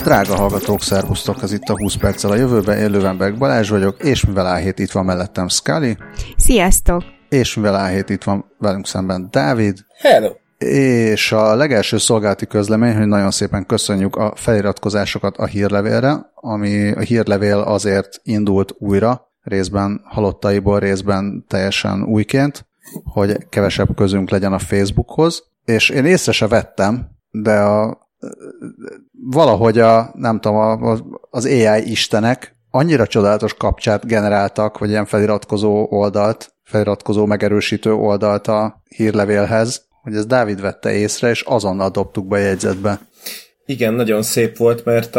Drága hallgatók, szervusztok! Ez itt a 20 perccel a jövőben, én Lövenberg Balázs vagyok, és mivel A7 itt van mellettem Scully. Sziasztok! És mivel A7 itt van velünk szemben Dávid. Hello! És a legelső szolgálati közlemény, hogy nagyon szépen köszönjük a feliratkozásokat a hírlevélre, ami a hírlevél azért indult újra, részben halottaiból, részben teljesen újként, hogy kevesebb közünk legyen a Facebookhoz, és én észre se vettem, de valahogy nem tudom, az AI istenek annyira csodálatos kapcsát generáltak, vagy ilyen feliratkozó megerősítő oldalt a hírlevélhez, hogy ezt Dávid vette észre, és azonnal dobtuk be a jegyzetbe. Igen, nagyon szép volt, mert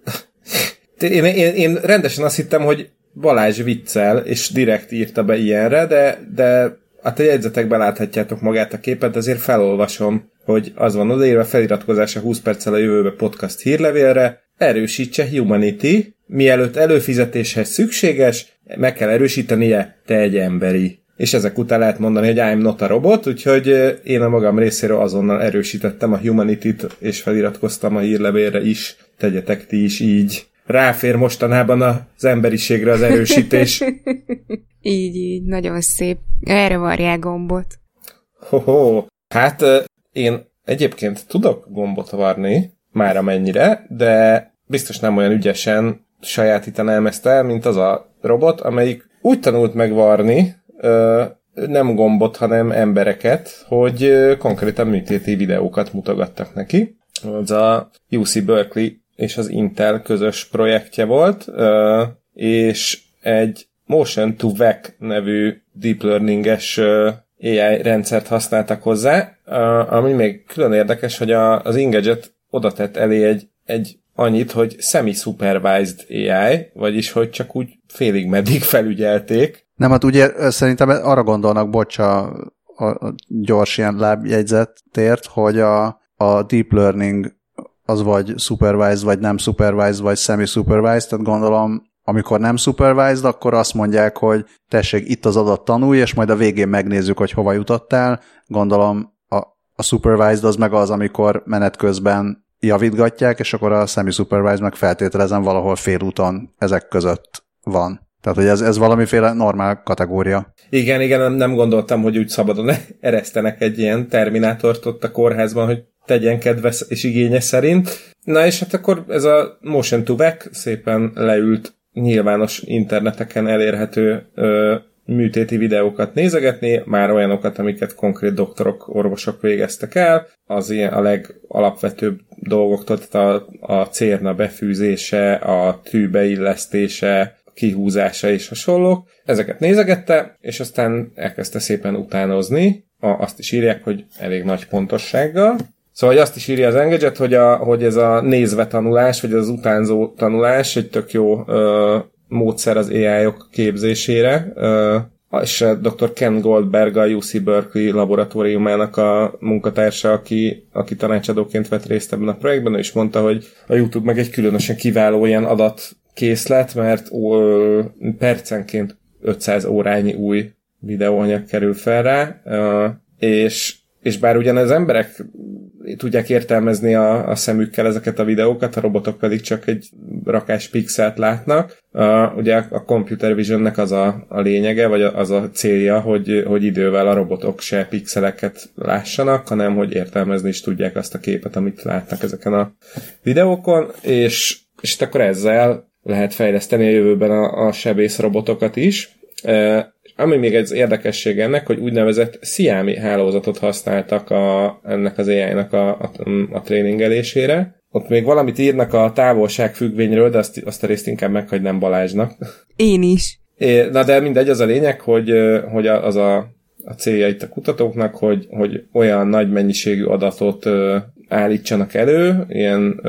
én rendesen azt hittem, hogy Balázs viccel, és direkt írta be ilyenre, de hát a jegyzetekben láthatjátok magát a képet, ezért felolvasom, hogy az van odaírva, feliratkozása 20 perccel a jövőbe podcast hírlevélre, erősítse Humanity, mielőtt előfizetéshez szükséges, meg kell erősítenie, te egy emberi. És ezek után lehet mondani, hogy I'm not a robot, úgyhogy én a magam részéről azonnal erősítettem a Humanity-t, és feliratkoztam a hírlevélre is. Tegyetek ti is így. Ráfér mostanában az emberiségre az erősítés. Így, nagyon szép. Erre varják gombot. Hát én egyébként tudok gombot varni, már amennyire, de biztos nem olyan ügyesen sajátítanám ezt el, mint az a robot, amelyik úgy tanult megvarni, nem gombot, hanem embereket, hogy konkrétan műtéti videókat mutogattak neki. Az a UC Berkeley és az Intel közös projektje volt, és egy Motion to VEC nevű deep learning-es AI rendszert használtak hozzá, ami még külön érdekes, hogy az Engadget oda tett elé egy annyit, hogy semi-supervised AI, vagyis hogy csak úgy félig meddig felügyelték. Nem, hát ugye szerintem arra gondolnak, a gyors ilyen lábjegyzetért, hogy a deep learning az vagy supervised, vagy nem supervised, vagy semi-supervised, tehát gondolom, amikor nem supervised, akkor azt mondják, hogy tessék, itt az adat, tanulj, és majd a végén megnézzük, hogy hova jutottál. Gondolom, a supervised az meg az, amikor menet közben javítgatják, és akkor a semi-supervised meg feltételezem valahol félúton ezek között van. Tehát, hogy ez valamiféle normál kategória. Igen, nem gondoltam, hogy úgy szabadon eresztenek egy ilyen terminátort ott a kórházban, hogy tegyen kedves és igénye szerint. Na és hát akkor ez a Motion to VEC szépen leült nyilvános interneteken elérhető műtéti videókat nézegetni, már olyanokat, amiket konkrét doktorok, orvosok végeztek el, az ilyen a legalapvetőbb dolgoktól, tehát a cérna befűzése, a tű beillesztése, a kihúzása és hasonlók. Ezeket nézegette, és aztán elkezdte szépen utánozni. Azt is írják, hogy elég nagy pontossággal. Szóval azt is írja az Engadget, hogy ez a nézve tanulás, vagy az utánzó tanulás egy tök jó módszer az AI-ok képzésére, és dr. Ken Goldberg a UC Berkeley laboratóriumának a munkatársa, aki tanácsadóként vett részt ebben a projektben, és mondta, hogy a YouTube meg egy különösen kiváló ilyen adatkészlet, mert percenként 500 órányi új videóanyag kerül fel rá, és bár ugyan az emberek tudják értelmezni a szemükkel ezeket a videókat, a robotok pedig csak egy rakás pixelt látnak. Ugye a computer visionnek az a lényege, vagy az a célja, hogy idővel a robotok se pixeleket lássanak, hanem hogy értelmezni is tudják azt a képet, amit látnak ezeken a videókon, és akkor ezzel lehet fejleszteni a jövőben a sebész robotokat is. Ami még egy érdekesség ennek, hogy úgynevezett Siami hálózatot használtak ennek az AI-nak a tréningelésére. Ott még valamit írnak a távolságfüggvényről, de azt a részt inkább meghagynám Balázsnak. Én is. Na de mindegy, az a lényeg, hogy az a célja itt a kutatóknak, hogy olyan nagy mennyiségű adatot állítsanak elő, ilyen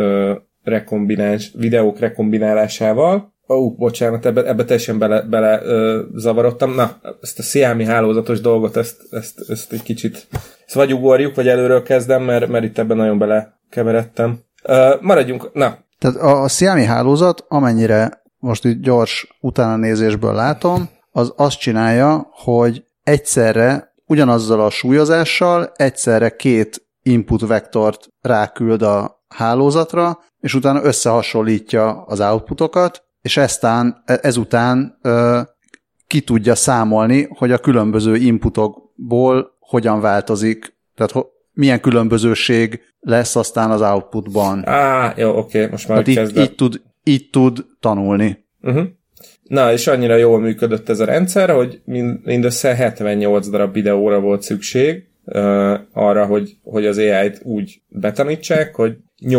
videók rekombinálásával. Bocsánat, ebbe teljesen bele zavarodtam. Na, ezt a Siami hálózatos dolgot, ezt egy kicsit vagy ugorjuk, vagy előről kezdem, mert itt ebben nagyon belekeveredtem. Maradjunk, na. Tehát a Siami hálózat, amennyire most itt gyors utánanézésből látom, az azt csinálja, hogy egyszerre ugyanazzal a súlyozással egyszerre két input vektort ráküld hálózatra, és utána összehasonlítja az outputokat, és ezután ki tudja számolni, hogy a különböző inputokból hogyan változik, tehát milyen különbözőség lesz aztán az outputban. Jó, oké, most már kezdem. Így tud tanulni. Uh-huh. Na, és annyira jól működött ez a rendszer, hogy mindössze 78 darab videóra volt szükség arra, hogy az AI-t úgy betanítsák, hogy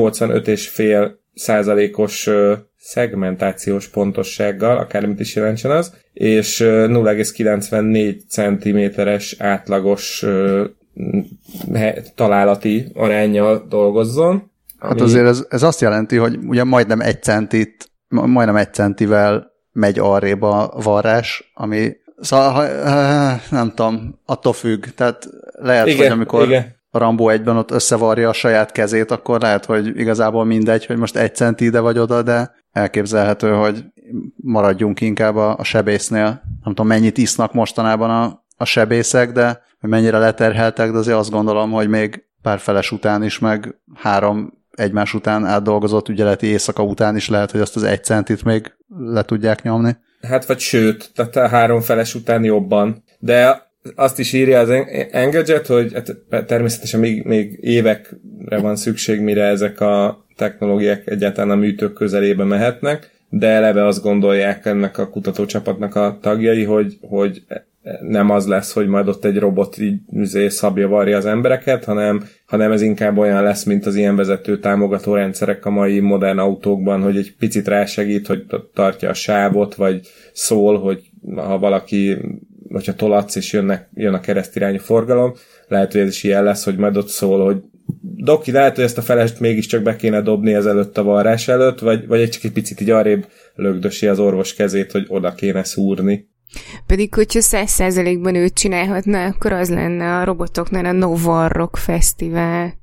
85,5%-os szegmentációs pontossággal, akármit is jelentsen az, és 0,94 cm-es átlagos találati aránnyal dolgozzon. Hát azért ez azt jelenti, hogy ugye majdnem egy centivel megy arrébb a varrás, ami szóval, nem tudom, attól függ. Tehát lehet, igen, hogy amikor a Rambo 1-ben ott összevarja a saját kezét, akkor lehet, hogy igazából mindegy, hogy most 1 centi ide vagy oda, de elképzelhető, hogy maradjunk inkább a sebésznél. Nem tudom, mennyit isznak mostanában a sebészek, de hogy mennyire leterheltek, de azért azt gondolom, hogy még pár feles után is, meg 3 egymás után átdolgozott ügyeleti éjszaka után is lehet, hogy azt az 1 centit még le tudják nyomni. Hát vagy sőt, tehát a 3 feles után jobban. De azt is írja az Engadget, hogy hát természetesen még évekre van szükség, mire ezek a technológiák egyáltalán a műtők közelébe mehetnek, de eleve azt gondolják ennek a kutatócsapatnak a tagjai, hogy nem az lesz, hogy majd ott egy robot így szabja varja az embereket, hanem ez inkább olyan lesz, mint az ilyen vezető támogató rendszerek a mai modern autókban, hogy egy picit rásegít, hogy tartja a sávot, vagy szól, hogy ha valaki, hogyha tolatsz és jön a keresztirányú forgalom, lehet, hogy ez is ilyen lesz, hogy majd ott szól, hogy Doki, lehet, hogy ezt a felest mégiscsak be kéne dobni ezelőtt a varrás előtt, vagy csak egy picit így arrébb lögdösi az orvos kezét, hogy oda kéne szúrni. Pedig, hogyha 100%-ban őt csinálhatná, akkor az lenne a robotoknál a No War Rock Fesztivál.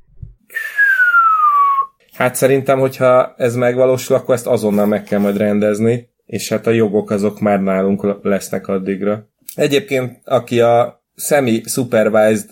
Hát szerintem, hogyha ez megvalósul, akkor ezt azonnal meg kell majd rendezni, és hát a jogok azok már nálunk lesznek addigra. Egyébként, aki a semi-supervised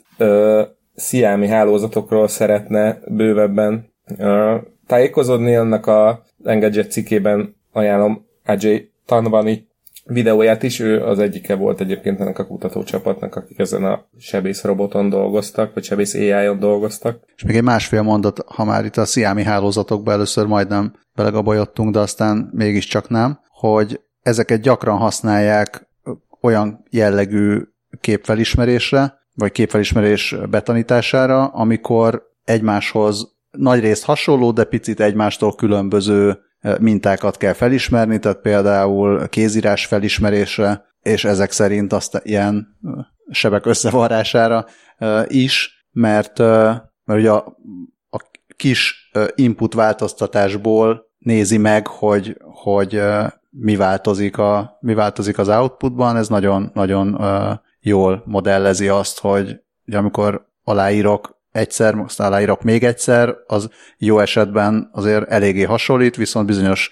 Xiaomi hálózatokról szeretne bővebben tájékozódni, annak a Engadget cikkében ajánlom Ajay Tanwani videóját is, ő az egyike volt egyébként ennek a kutatócsapatnak, akik ezen a sebész roboton dolgoztak, vagy sebész AI-on dolgoztak. És még egy másfél mondat, ha már itt a Xiaomi hálózatokba először majdnem belegabajottunk, de aztán mégiscsak nem, hogy ezeket gyakran használják olyan jellegű képfelismerésre, vagy képfelismerés betanítására, amikor egymáshoz nagyrészt hasonló, de picit egymástól különböző mintákat kell felismerni, tehát például kézírás felismerésre, és ezek szerint azt ilyen sebek összevarrására is, mert ugye a kis input változtatásból nézi meg, hogy mi változik az outputban, ez nagyon jól modellezi azt, hogy amikor aláírok egyszer, most aláírok még egyszer, az jó esetben azért eléggé hasonlít, viszont bizonyos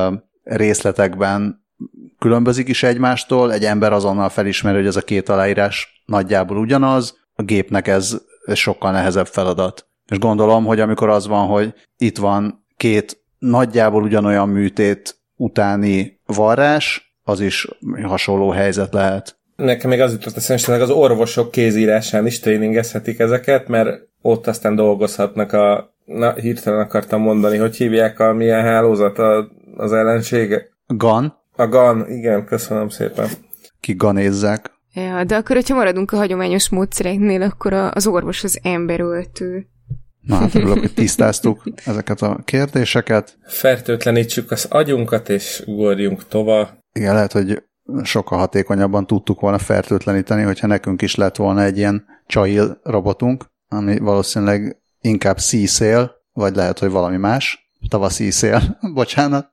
részletekben különbözik is egymástól, egy ember azonnal felismeri, hogy ez a két aláírás nagyjából ugyanaz, a gépnek ez sokkal nehezebb feladat. És gondolom, hogy amikor az van, hogy itt van két nagyjából ugyanolyan műtét utáni varrás, az is hasonló helyzet lehet. Nekem még az jutott eszembe, hogy az orvosok kézírásán is tréningezhetik ezeket, mert ott aztán dolgozhatnak hirtelen akartam mondani, hogy hívják milyen hálózat az ellensége? GAN? A GAN, igen, köszönöm szépen. Kiganézzák. Ja, de akkor, hogyha maradunk a hagyományos módszereknél, akkor az orvos az emberöltő. Na hát örülök, hogy tisztáztuk ezeket a kérdéseket. Fertőtlenítsük az agyunkat, és ugorjunk tovább. Igen, lehet, hogy sokkal hatékonyabban tudtuk volna fertőtleníteni, hogyha nekünk is lett volna egy ilyen Chail robotunk, ami valószínűleg inkább szíszél, vagy lehet, hogy valami más. Tavaszi szél. Bocsánat.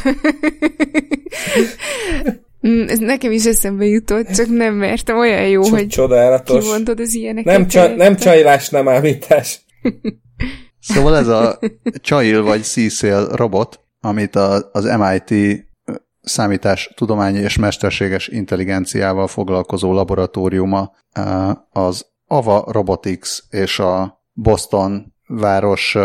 Ez nekem is eszembe jutott, csak nem mertem. Olyan jó, hogy csodálatos. Kimondod az ilyeneket. Nem csailás, nem ámítás. Szóval ez a Chail vagy szíszél robot, amit az MIT számítástudományi és mesterséges intelligenciával foglalkozó laboratóriuma, az Ava Robotics és a Boston város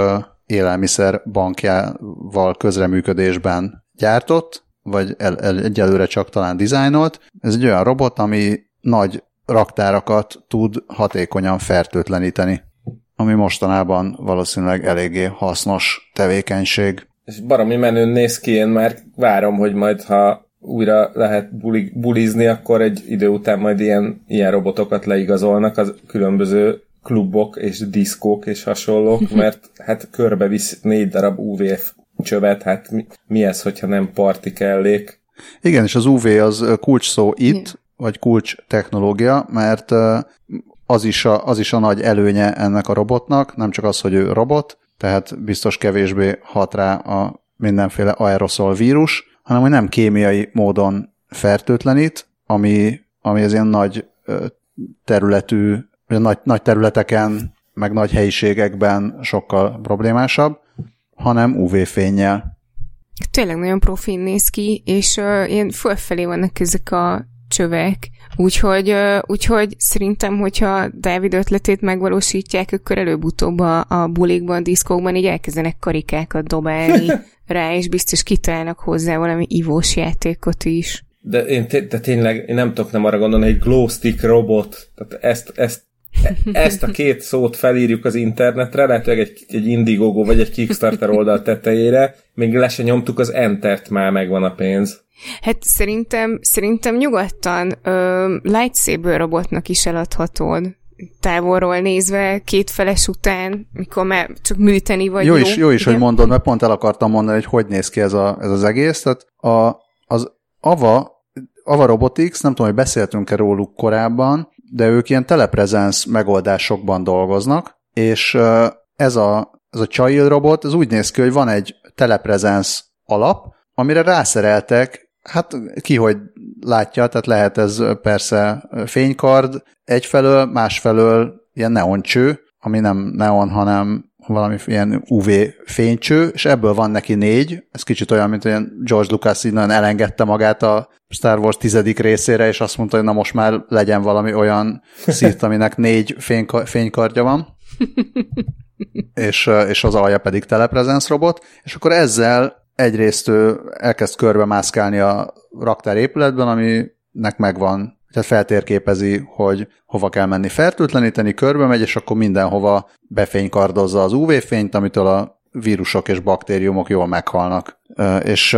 élelmiszer bankjával közreműködésben gyártott, vagy egyelőre csak talán dizájnolt. Ez egy olyan robot, ami nagy raktárakat tud hatékonyan fertőtleníteni, ami mostanában valószínűleg eléggé hasznos tevékenység. És baromi menőn néz ki, én már várom, hogy majd, ha újra lehet bulizni, akkor egy idő után majd ilyen robotokat leigazolnak az különböző klubok és diszkók és hasonlók, mert hát körbevisz 4 darab UV csövet, hát mi ez, hogyha nem parti kellék? Igen, és az UV az kulcs szó itt, vagy kulcs technológia, mert az is a nagy előnye ennek a robotnak, nem csak az, hogy ő robot, tehát biztos kevésbé hat rá a mindenféle aeroszol vírus, hanem hogy nem kémiai módon fertőtlenít, ami az ilyen nagy területű, nagy területeken, meg nagy helyiségekben sokkal problémásabb, hanem UV-fénnyel. Tényleg nagyon profin néz ki, és ilyen fölfelé vannak ezek a csövek, úgyhogy szerintem, hogyha Dávid ötletét megvalósítják, akkor előbb-utóbb a bulikban, a diszkókban így elkezdenek karikákat dobálni rá, és biztos kitalálnak hozzá valami ivós játékot is. De tényleg én nem tudok nem arra gondolni, hogy glowstick robot, tehát ezt a 2 szót felírjuk az internetre, lehetőleg egy Indiegogo vagy egy Kickstarter oldal tetejére, még le se nyomtuk az Entert, már megvan a pénz. Hát szerintem nyugodtan lightsaber robotnak is eladhatod. Távolról nézve, 2 feles után, mikor már csak műteni vagy jó is, hogy mondod, mert pont el akartam mondani, hogy néz ki ez az egész. Tehát az Ava Robotics, nem tudom, hogy beszéltünk-e róluk korábban, de ők ilyen telepresence megoldásokban dolgoznak, és ez a Child robot, ez úgy néz ki, hogy van egy telepresence alap, amire rászereltek, hát ki hogy látja, tehát lehet ez persze fénykard egyfelől, másfelől ilyen neoncső, ami nem neon, hanem valami ilyen UV fénycső, és ebből van neki 4, ez kicsit olyan, mint olyan George Lucas így nagyon elengedte magát a Star Wars 10. részére, és azt mondta, hogy na most már legyen valami olyan Sith, aminek 4 fénykardja van, és az alja pedig telepresence robot, és akkor ezzel egyrészt ő elkezd körbe mászkálni a raktár épületben, aminek megvan, tehát feltérképezi, hogy hova kell menni fertőtleníteni, körbe megy, és akkor mindenhova befénykardozza az UV-fényt, amitől a vírusok és baktériumok jól meghalnak. És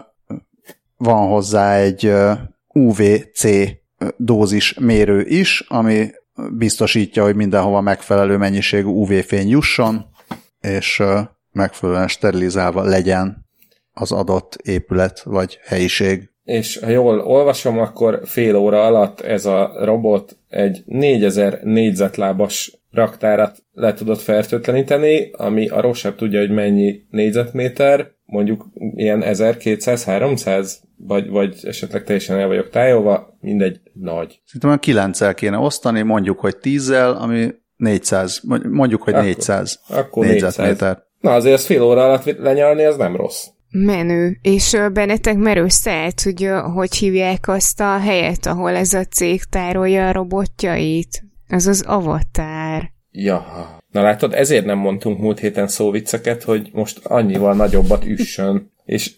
van hozzá egy UVC dózis mérő is, ami biztosítja, hogy mindenhova megfelelő mennyiségű UV-fény jusson, és megfelelően sterilizálva legyen az adott épület vagy helyiség. És ha jól olvasom, akkor fél óra alatt ez a robot egy 4000 négyzetlábas raktárat le tudott fertőtleníteni, ami a rosszabb tudja, hogy mennyi négyzetméter, mondjuk ilyen 1200-300, vagy esetleg teljesen el vagyok tájolva, mindegy, nagy. Szerintem 9-el kéne osztani, mondjuk, hogy 10-el, ami 400, mondjuk, hogy 400 négyzetméter. 400. Na azért az fél óra alatt lenyalni, az nem rossz. Menő. És bennetek már összeállt, hogy hívják azt a helyet, ahol ez a cég tárolja a robotjait? Az az Avatar. Ja. Na látod, ezért nem mondtunk múlt héten szóvicceket, hogy most annyival nagyobbat üssön,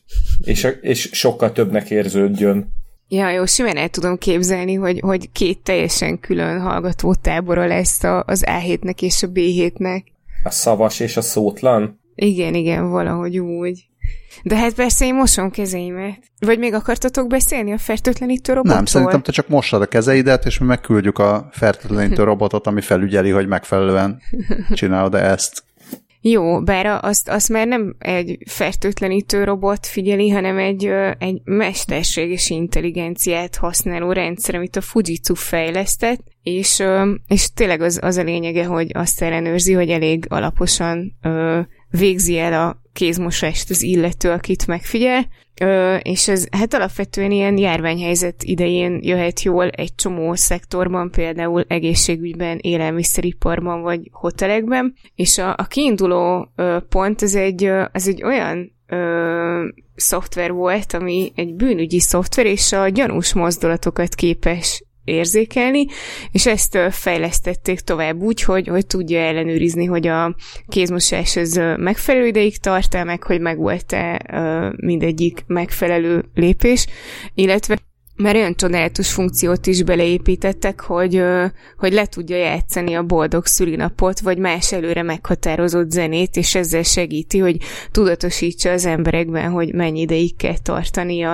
és sokkal többnek érződjön. Ja, jó, simán el tudom képzelni, hogy 2 teljesen külön hallgatótábora lesz az A7-nek és a B7-nek. A szavas és a szótlan? Igen, valahogy úgy. De hát persze én mosom kezeimet. Vagy még akartatok beszélni a fertőtlenítő robotról? Nem, szerintem te csak mossad a kezeidet, és mi megküldjük a fertőtlenítő robotot, ami felügyeli, hogy megfelelően csinálod-e ezt. Jó, bár azt már nem egy fertőtlenítő robot figyeli, hanem egy mesterséges intelligenciát használó rendszer, amit a Fujitsu fejlesztett, és tényleg az a lényege, hogy azt ellenőrzi, hogy elég alaposan végzi el a kézmosást az illető, akit megfigyel, és ez hát alapvetően ilyen járványhelyzet idején jöhet jól egy csomó szektorban, például egészségügyben, élelmiszeriparban vagy hotelekben, és a kiinduló pont ez egy olyan szoftver volt, ami egy bűnügyi szoftver, és a gyanús mozdulatokat képes érzékelni, és ezt fejlesztették tovább úgy, hogy tudja ellenőrizni, hogy a kézmosás ez megfelelő ideig tart-e, meg hogy megvolt-e mindegyik megfelelő lépés, illetve mert olyan csodálatos funkciót is beleépítettek, hogy le tudja játszani a boldog szülinapot, vagy más előre meghatározott zenét, és ezzel segíti, hogy tudatosítsa az emberekben, hogy mennyi ideig kell tartania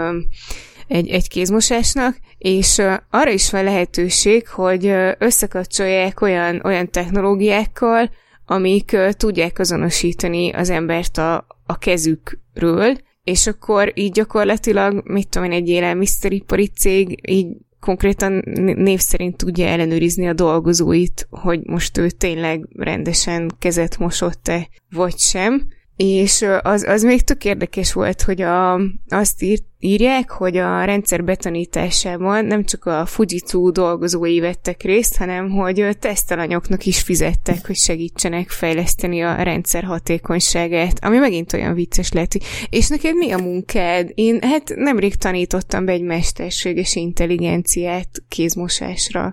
egy kézmosásnak, és arra is van lehetőség, hogy összekapcsolják olyan technológiákkal, amik tudják azonosítani az embert a kezükről, és akkor így gyakorlatilag, mit tudom én, egy élelmiszeripari cég így konkrétan név szerint tudja ellenőrizni a dolgozóit, hogy most ő tényleg rendesen kezet mosott-e, vagy sem. És az még tök érdekes volt, hogy azt írják, hogy a rendszer betanításában nem csak a Fujitsu dolgozói vettek részt, hanem hogy tesztalanyoknak is fizettek, hogy segítsenek fejleszteni a rendszer hatékonyságát, ami megint olyan vicces lehet. És neked mi a munkád? Én nemrég tanítottam be egy mesterséges intelligenciát kézmosásra.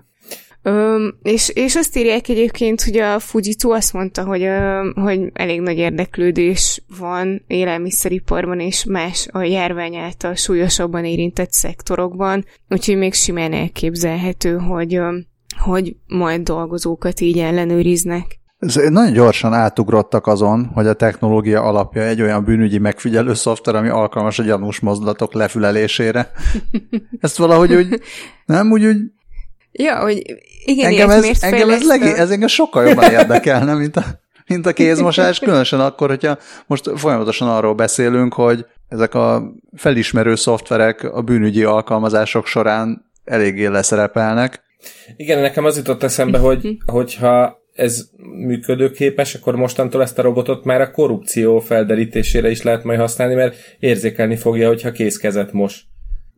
És azt írják egyébként, hogy a Fujitsu azt mondta, hogy elég nagy érdeklődés van élelmiszeriparban és más a járvány által súlyosabban érintett szektorokban, úgyhogy még simán elképzelhető, hogy majd dolgozókat így ellenőriznek. Nagyon gyorsan átugrottak azon, hogy a technológia alapja egy olyan bűnügyi megfigyelő szoftver, ami alkalmas a gyanús mozdulatok lefülelésére. Ezt valahogy úgy, nem úgy ja, hogy igen, ez engem sokkal jobban érdekelne, mint a kézmosás, különösen akkor, hogyha most folyamatosan arról beszélünk, hogy ezek a felismerő szoftverek a bűnügyi alkalmazások során eléggé leszerepelnek. Igen, nekem az jutott eszembe, hogyha ez működőképes, akkor mostantól ezt a robotot már a korrupció felderítésére is lehet majd használni, mert érzékelni fogja, hogyha kézkezet mos.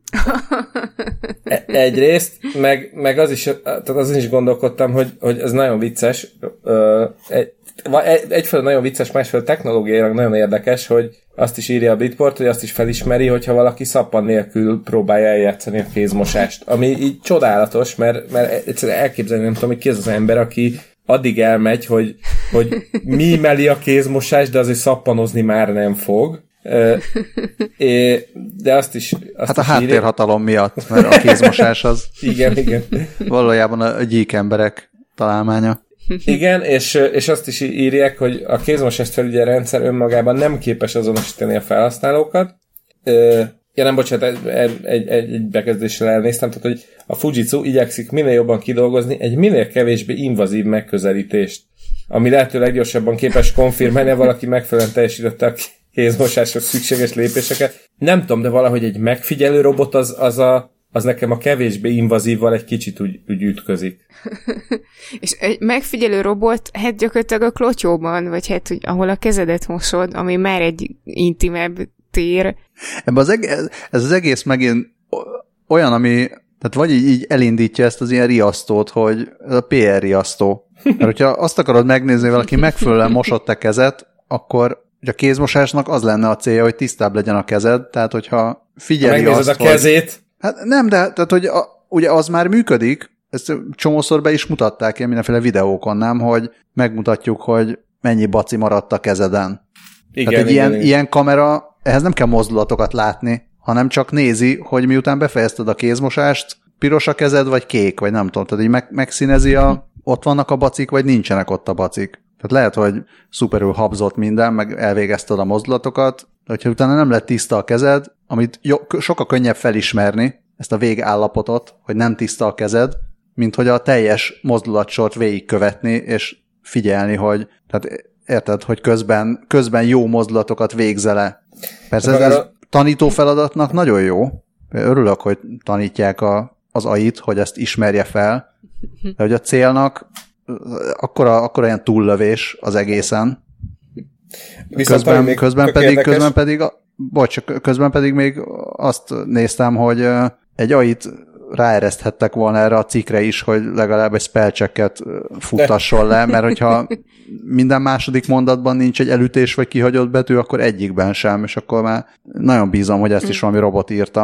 Egyrészt, meg azon is gondolkodtam, hogy ez nagyon vicces. Egyfelől nagyon vicces, másfelől technológiailag nagyon érdekes, hogy azt is írja a Bitport, hogy azt is felismeri, hogyha valaki szappan nélkül próbálja eljátszani a kézmosást. Ami így csodálatos, mert egyszerűen elképzelni nem tudom, hogy ki az az ember, aki addig elmegy, hogy mímeli a kézmosást, de azért szappanozni már nem fog. De azt is a háttérhatalom miatt, mert a kézmosás az igen. valójában a gyík emberek találmánya. Igen, és azt is írják, hogy a kézmosást felügyelő rendszer önmagában nem képes azonosítani a felhasználókat. Ja nem, bocsánat, egy bekezdéssel elnéztem, tehát, hogy a Fujitsu igyekszik minél jobban kidolgozni egy minél kevésbé invazív megközelítést, ami lehetőleg gyorsabban képes konfirmálni, valaki megfelelően teljesítette a kézmosáshoz szükséges lépéseket. Nem tudom, de valahogy egy megfigyelő robot az nekem a kevésbé invazívval egy kicsit úgy ütközik. És egy megfigyelő robot, gyakorlatilag a klotyóban, vagy hogy ahol a kezedet mosod, ami már egy intimebb tér. Ebben ez az egész megint olyan, ami, tehát vagy így elindítja ezt az ilyen riasztót, hogy ez a PR riasztó. Mert hogyha azt akarod megnézni, valaki megfelelően mosott a kezet, akkor a kézmosásnak az lenne a célja, hogy tisztább legyen a kezed, tehát hogyha figyeli megnézed azt, a kezét. Hát nem, de tehát, hogy ugye az már működik, ezt csomószor be is mutatták ilyen mindenféle videókon, nem, hogy megmutatjuk, hogy mennyi baci maradt a kezeden. Igen, tehát egy ilyen kamera, ehhez nem kell mozdulatokat látni, hanem csak nézi, hogy miután befejezted a kézmosást, piros a kezed, vagy kék, vagy nem tudom, tehát így megszínezi ott vannak a bacik, vagy nincsenek ott a bacik. Tehát lehet, hogy szuperül habzott minden, meg elvégezted a mozdulatokat, de hogyha utána nem lett tiszta a kezed, amit sokkal könnyebb felismerni, ezt a végállapotot, hogy nem tiszta a kezed, mint hogy a teljes mozdulatsort végigkövetni, és figyelni, hogy tehát érted, hogy közben jó mozdulatokat végzel-e. Persze ez tanító feladatnak nagyon jó. Örülök, hogy tanítják az AI-t, hogy ezt ismerje fel, de hogy a célnak akkora ilyen túllövés az egészen. Közben pedig még azt néztem, hogy egy AI-t ráereszthettek volna erre a cikkre is, hogy legalább egy spellchecket futtasson le, mert hogyha minden második mondatban nincs egy elütés vagy kihagyott betű, akkor egyikben sem, és akkor már nagyon bízom, hogy ezt is valami robot írta.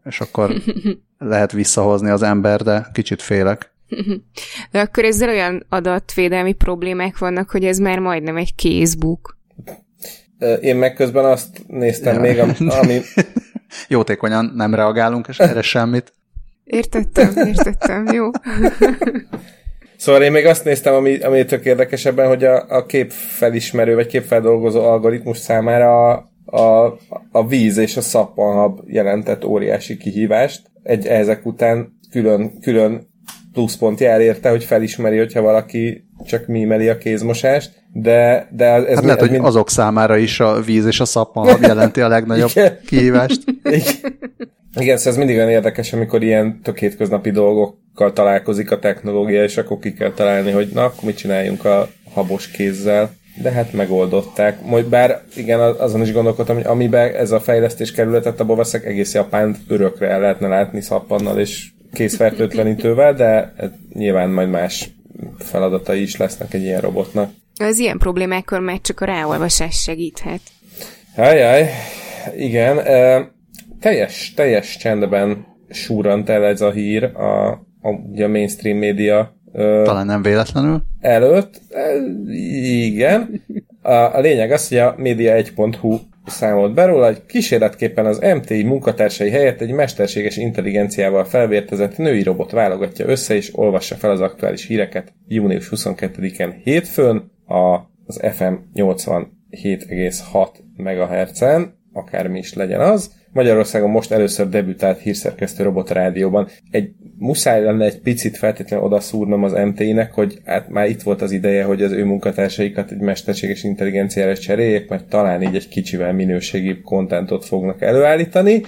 és akkor lehet visszahozni az ember, de kicsit félek. De akkor ezzel olyan adatvédelmi problémák vannak, hogy ez már majdnem egy casebook. Én meg közben azt néztem még, ami... Jótékonyan nem reagálunk, és erre semmit. Értettem, jó. Szóval én még azt néztem, ami tök érdekesebben, hogy a képfelismerő vagy képfeldolgozó algoritmus számára a víz és a szappanhab jelentett óriási kihívást. Ezek után külön pluszpont jár érte, hogy felismeri, hogyha valaki csak mímeli a kézmosást, de ez... Hát lehet, hogy azok számára is a víz és a szappanhab jelenti a legnagyobb kihívást. Igen, szóval ez mindig olyan érdekes, amikor ilyen tök hétköznapi dolgokkal találkozik a technológia, és akkor ki kell találni, hogy na, akkor mit csináljunk a habos kézzel. De hát megoldották. Majd bár igen, azon is gondolkodtam, hogy amiben ez a fejlesztés kerületet, abból veszek egész Japánt örökre el lehetne látni szappannal és kézfertőtlenítővel, de nyilván majd más feladatai is lesznek egy ilyen robotnak. Az ilyen problémákkor már csak a ráolvasás segíthet. Ajaj, igen. Teljes csendben súrant el ez a hír ugye a mainstream média talán nem véletlenül. Előtt. Igen. A lényeg az, hogy a media1.hu számolt be róla, hogy kísérletképpen az MTI munkatársai helyett egy mesterséges intelligenciával felvértezett női robot válogatja össze és olvassa fel az aktuális híreket június 22-en hétfőn az FM 87,6 MHz-en, akármi is legyen az. Magyarországon most először debütált hírszerkesztő robot a rádióban. Muszáj lenne egy picit feltétlenül odaszúrnom az MT-nek, hogy hát már itt volt az ideje, hogy az ő munkatársaikat egy mesterséges intelligenciára cseréljék, mert talán így egy kicsivel minőségibb kontentot fognak előállítani.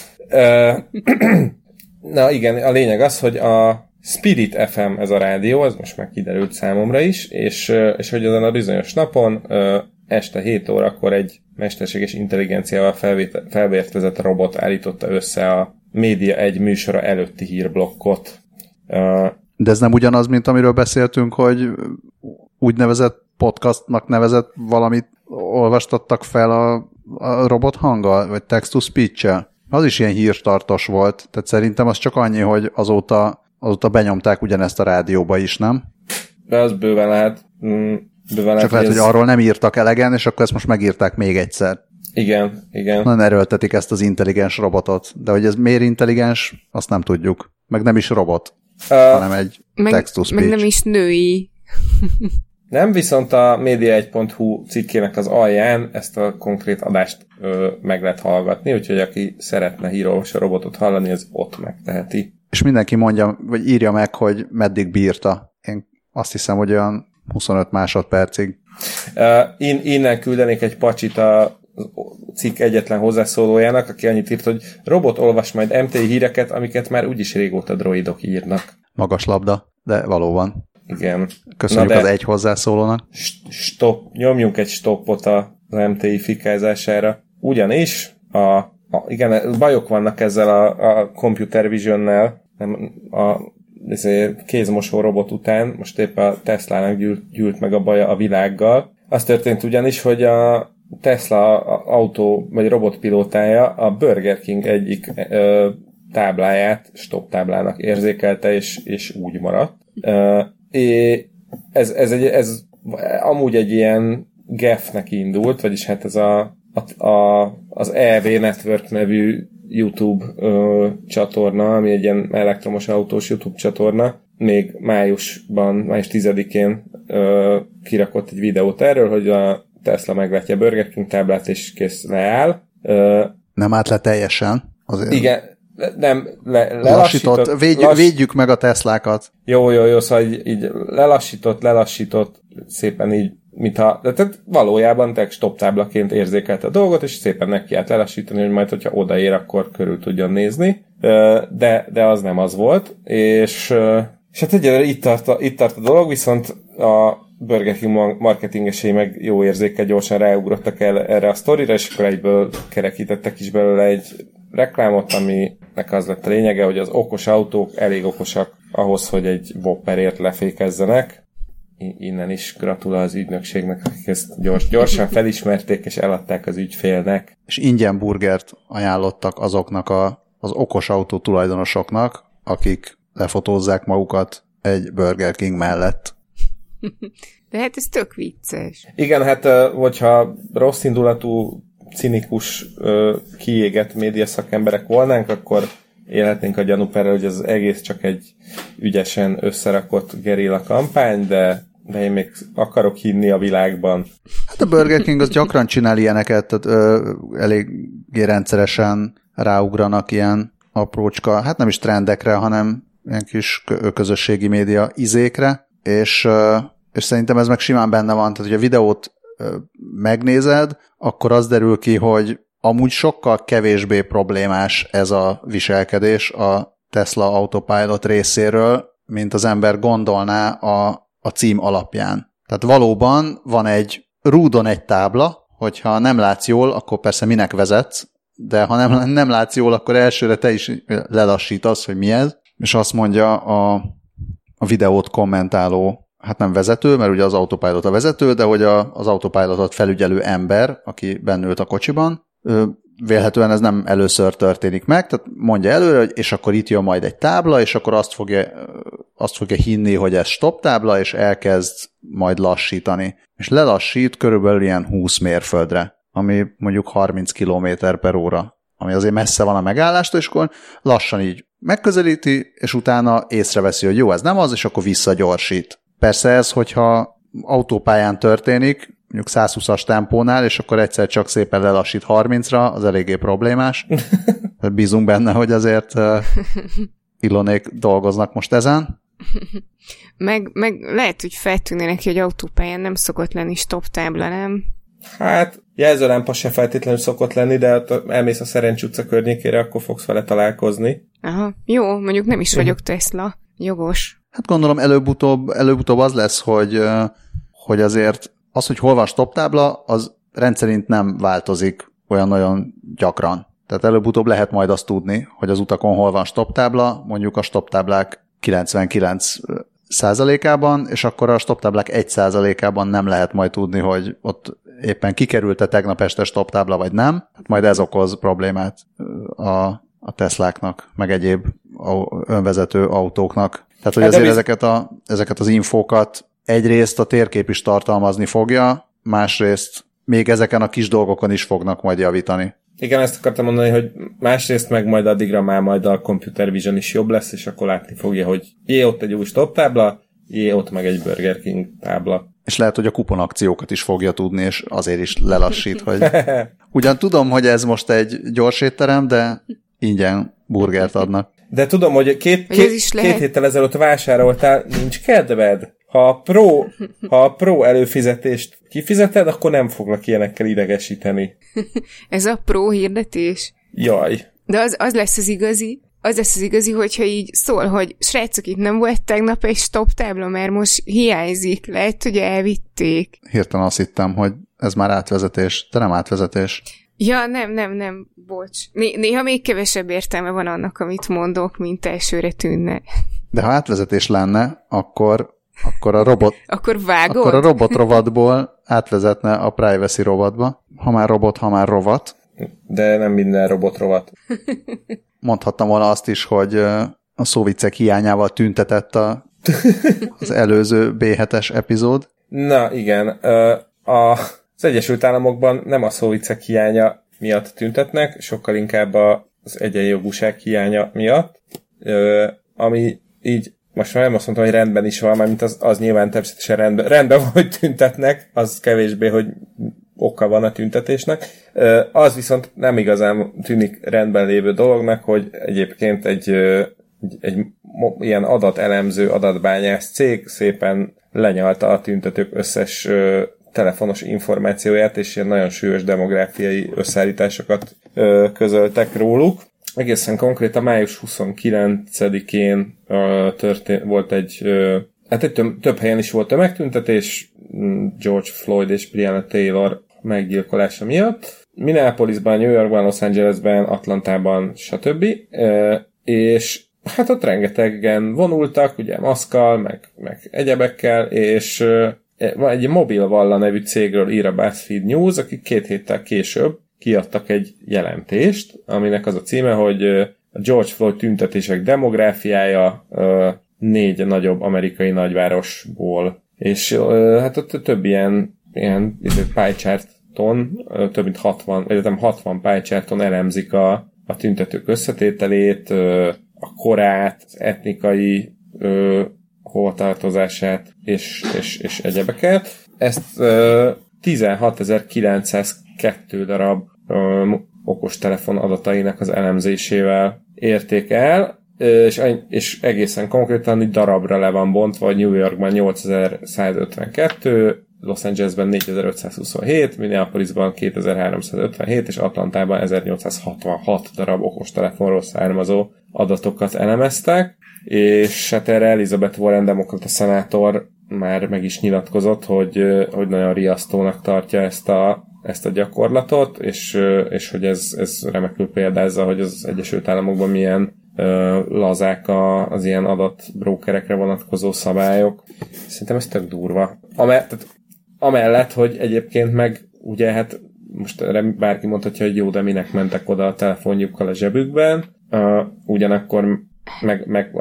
Na igen, a lényeg az, hogy a Spirit FM ez a rádió, az most már kiderült számomra is, és hogy azon a bizonyos napon este 7 órakor egy mesterséges intelligenciával felvértezett robot állította össze a Média 1 műsora előtti hírblokkot. De ez nem ugyanaz, mint amiről beszéltünk, hogy úgynevezett podcastnak nevezett valamit olvastattak fel a robot hanggal, vagy text-to-speech-el? Az is ilyen hírtartos volt, tehát szerintem az csak annyi, hogy azóta benyomták ugyanezt a rádióba is, nem? De az bőven lehet. Csak lehet, hogy arról nem írtak elegen, és akkor ezt most megírták még egyszer. Igen. Nagyon erőltetik ezt az intelligens robotot. De hogy ez miért intelligens, azt nem tudjuk. Meg nem is robot, hanem egy text-to-speech. Meg nem is női. Nem, viszont a media1.hu cikkének az alján ezt a konkrét adást meg lehet hallgatni, úgyhogy aki szeretne hírolvasó robotot hallani, az ott megteheti. És mindenki mondja, vagy írja meg, hogy meddig bírta. Én azt hiszem, hogy olyan 25 másodpercig. Innen küldenék egy pacsit a cikk egyetlen hozzászólójának, aki annyit írt, hogy robot olvas majd MTI híreket, amiket már úgyis régóta droidok írnak. Magas labda, de valóban. Igen. Köszönjük az egy hozzászólónak. Nyomjunk egy stoppot az MTI fikázására. Ugyanis igen, bajok vannak ezzel a Computer Visionnel, kézmosó robot után, most épp a Teslának gyűlt meg a baja a világgal. Az történt ugyanis, hogy a Tesla autó vagy robotpilótája a Burger King egyik tábláját stop táblának érzékelte, és úgy maradt. Ez amúgy egy ilyen GEF-nek indult, vagyis hát ez az EV Network nevű YouTube csatorna, ami egy ilyen elektromos autós YouTube csatorna, még május 10-én kirakott egy videót erről, hogy a Tesla meglátja a Burger King táblát, és kész, leáll. Nem állt le teljesen. Azért. Igen, nem, lelassított. Védjük meg a Teslákat. Jó, szóval így lelassított, szépen így, mintha, de tehát valójában stop táblaként érzékelte a dolgot, és szépen neki állt lelassítani, hogy majd, hogyha odaér, akkor körül tudjon nézni. De az nem az volt, és hát egyelőre itt tart a dolog, viszont a Burger King marketingesei meg jó érzékkel gyorsan ráugrottak el erre a sztorira, és akkor egyből kerekítettek is belőle egy reklámot, aminek az lett a lényege, hogy az okos autók elég okosak ahhoz, hogy egy Whopperért lefékezzenek. Innen is gratulál az ügynökségnek, akik ezt gyorsan felismerték, és eladták az ügyfélnek. És ingyen burgert ajánlottak azoknak a az okos autó tulajdonosoknak, akik lefotózzák magukat egy Burger King mellett. De hát ez tök vicces. Igen, hát hogyha rossz indulatú, cinikus, kiégett média szakemberek volnánk, akkor élhetnénk a gyanúperrel, hogy ez egész csak egy ügyesen összerakott gerilla kampány, de én még akarok hinni a világban. Hát a Burger King az gyakran csinál ilyeneket, tehát eléggé rendszeresen ráugranak ilyen aprócska, hát nem is trendekre, hanem ilyen kis közösségi média izékre, és szerintem ez meg simán benne van, tehát hogy a videót megnézed, akkor az derül ki, hogy amúgy sokkal kevésbé problémás ez a viselkedés a Tesla Autopilot részéről, mint az ember gondolná a cím alapján. Tehát valóban van egy rúdon egy tábla, hogyha nem látsz jól, akkor persze minek vezetsz, de ha nem látsz jól, akkor elsőre te is lelassítasz, hogy mi ez, és azt mondja a videót kommentáló, hát nem vezető, mert ugye az Autopilot a vezető, de hogy az Autopilotot felügyelő ember, aki benne ült a kocsiban, vélhetően ez nem először történik meg, tehát mondja előre, hogy és akkor itt jön majd egy tábla, és akkor azt fogja hinni, hogy ez stop tábla, és elkezd majd lassítani. És lelassít körülbelül ilyen 20 mérföldre, ami mondjuk 30 km/óra, ami azért messze van a megállástól, és akkor lassan így megközelíti, és utána észreveszi, hogy jó, ez nem az, és akkor visszagyorsít. Persze ez, hogyha autópályán történik, mondjuk 120-as tempónál, és akkor egyszer csak szépen lelassít 30-ra, az eléggé problémás. Bízunk benne, hogy azért Ilonék dolgoznak most ezen. Meg lehet, hogy feltűnne neki, hogy autópályán nem szokott lenni stop tábla, nem? Hát, jelzőlámpa se feltétlenül szokott lenni, de elmész a Szerencs utca környékére, akkor fogsz vele találkozni. Aha, jó, mondjuk nem is vagyok Tesla. Jogos. Hát gondolom előbb-utóbb az lesz, hogy azért az, hogy hol van stop tábla, az rendszerint nem változik olyan nagyon gyakran. Tehát előbb-utóbb lehet majd azt tudni, hogy az utakon hol van stop tábla, mondjuk a stop táblák 99%-ában, és akkor a stop táblák 1%-ában nem lehet majd tudni, hogy ott éppen kikerült-e tegnap este stop tábla, vagy nem. Majd ez okoz problémát a Tesláknak, meg egyéb önvezető autóknak. Tehát, hogy azért ezeket az infókat egyrészt a térkép is tartalmazni fogja, másrészt még ezeken a kis dolgokon is fognak majd javítani. Igen, ezt akartam mondani, hogy másrészt meg majd addigra már majd a Computer Vision is jobb lesz, és akkor látni fogja, hogy ott egy új stop tábla, ott meg egy Burger King tábla. És lehet, hogy a kuponakciókat is fogja tudni, és azért is lelassít, hogy ugyan tudom, hogy ez most egy gyors étterem, de ingyen burgert adnak. De tudom, hogy két héttel ezelőtt vásároltál, nincs kedved? Ha a pro előfizetést kifizeted, akkor nem foglak ilyenekkel idegesíteni. Ez a pro hirdetés? Jaj. De az lesz az igazi. Az lesz az igazi, hogyha így szól, hogy srácok, itt nem volt tegnap egy stop tábla, mert most hiányzik. Lehet, hogy elvitték. Hirtelen azt hittem, hogy ez már átvezetés, de nem átvezetés. Ja, nem, bocs. Néha még kevesebb értelme van annak, amit mondok, mint elsőre tűnne. De ha átvezetés lenne, akkor a robot... Akkor vágod? Akkor a robot rovatból átvezetne a privacy rovatba. Ha már robot, ha már rovat. De nem minden robot rovat. Mondhattam volna azt is, hogy a szóviccek hiányával tüntetett az előző B7-es epizód. Na igen, az Egyesült Államokban nem a szóviccek hiánya miatt tüntetnek, sokkal inkább az egyenjogúság hiánya miatt, ami így most már nem azt mondtam, hogy rendben is van, mert az nyilván természetesen rendben van, hogy tüntetnek, az kevésbé, hogy oka van a tüntetésnek. Az viszont nem igazán tűnik rendben lévő dolognak, hogy egyébként egy ilyen adatelemző, adatbányász cég szépen lenyalta a tüntetők összes telefonos információját, és ilyen nagyon súlyos demográfiai összeállításokat közöltek róluk. Egészen konkrétan május 29-én volt több helyen is volt tömegtüntetés George Floyd és Breonna Taylor meggyilkolása miatt. Minneapolisban, New Yorkban, Los Angelesben, Atlantában, stb. És hát ott rengetegen vonultak, ugye maszkkal, meg egyebekkel, és egy Mobil Valla nevű cégről ír a BuzzFeed News, akik 2 héttel később kiadtak egy jelentést, aminek az a címe, hogy a George Floyd tüntetések demográfiája 4 nagyobb amerikai nagyvárosból, és hát ott több ilyen pie charton, több mint 60 pie charton elemzik a tüntetők összetételét, a korát, az etnikai hovatartozását és egyebeket. Ezt 16.902 darab okostelefon adatainak az elemzésével érték el, és egészen konkrétan darabra le van bontva, hogy New Yorkban 8152, Los Angelesben 4527, Minneapolisban 2357, és Atlantában 1866 darab okostelefonról származó adatokat elemeztek, és hát erre Elizabeth Warren demokrata szenátor már meg is nyilatkozott, hogy nagyon riasztónak tartja ezt a gyakorlatot, és hogy ez remekül példázza, hogy az Egyesült Államokban milyen lazák az ilyen adatbrókerekre vonatkozó szabályok. Szerintem ez tök durva. Amellett, hogy egyébként meg ugye hát most bárki mondhatja, hogy jó, de minek mentek oda a telefonjukkal a zsebükben, ugyanakkor meg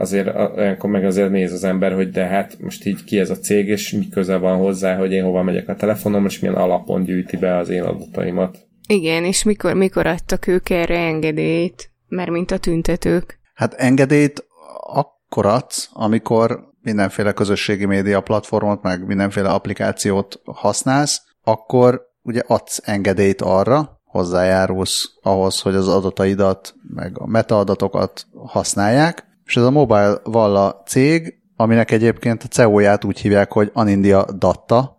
azért néz az ember, hogy de hát most így ki ez a cég, és mi köze van hozzá, hogy én hova megyek a telefonom, és milyen alapon gyűjti be az én adataimat. Igen, és mikor adtak ők erre engedélyt, mert mint a tüntetők? Hát engedélyt akkor adsz, amikor mindenféle közösségi média platformot, meg mindenféle applikációt használsz, akkor ugye adsz engedélyt arra, hozzájárulsz ahhoz, hogy az adataidat, meg a metaadatokat használják, és ez a Mobile Valla cég, aminek egyébként a CEO-ját úgy hívják, hogy Anindia Datta,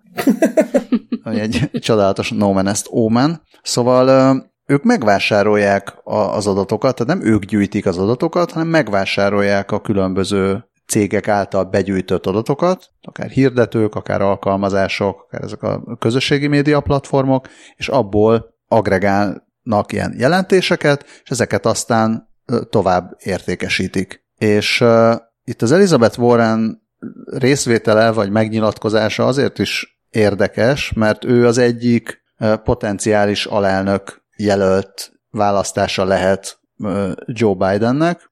ami egy csodálatos no man est omen. Szóval ők megvásárolják az adatokat, tehát nem ők gyűjtik az adatokat, hanem megvásárolják a különböző cégek által begyűjtött adatokat, akár hirdetők, akár alkalmazások, akár ezek a közösségi média platformok, és abból agregálnak ilyen jelentéseket, és ezeket aztán tovább értékesítik. És itt az Elizabeth Warren részvétele vagy megnyilatkozása azért is érdekes, mert ő az egyik potenciális alelnök jelölt választása lehet Joe Bidennek,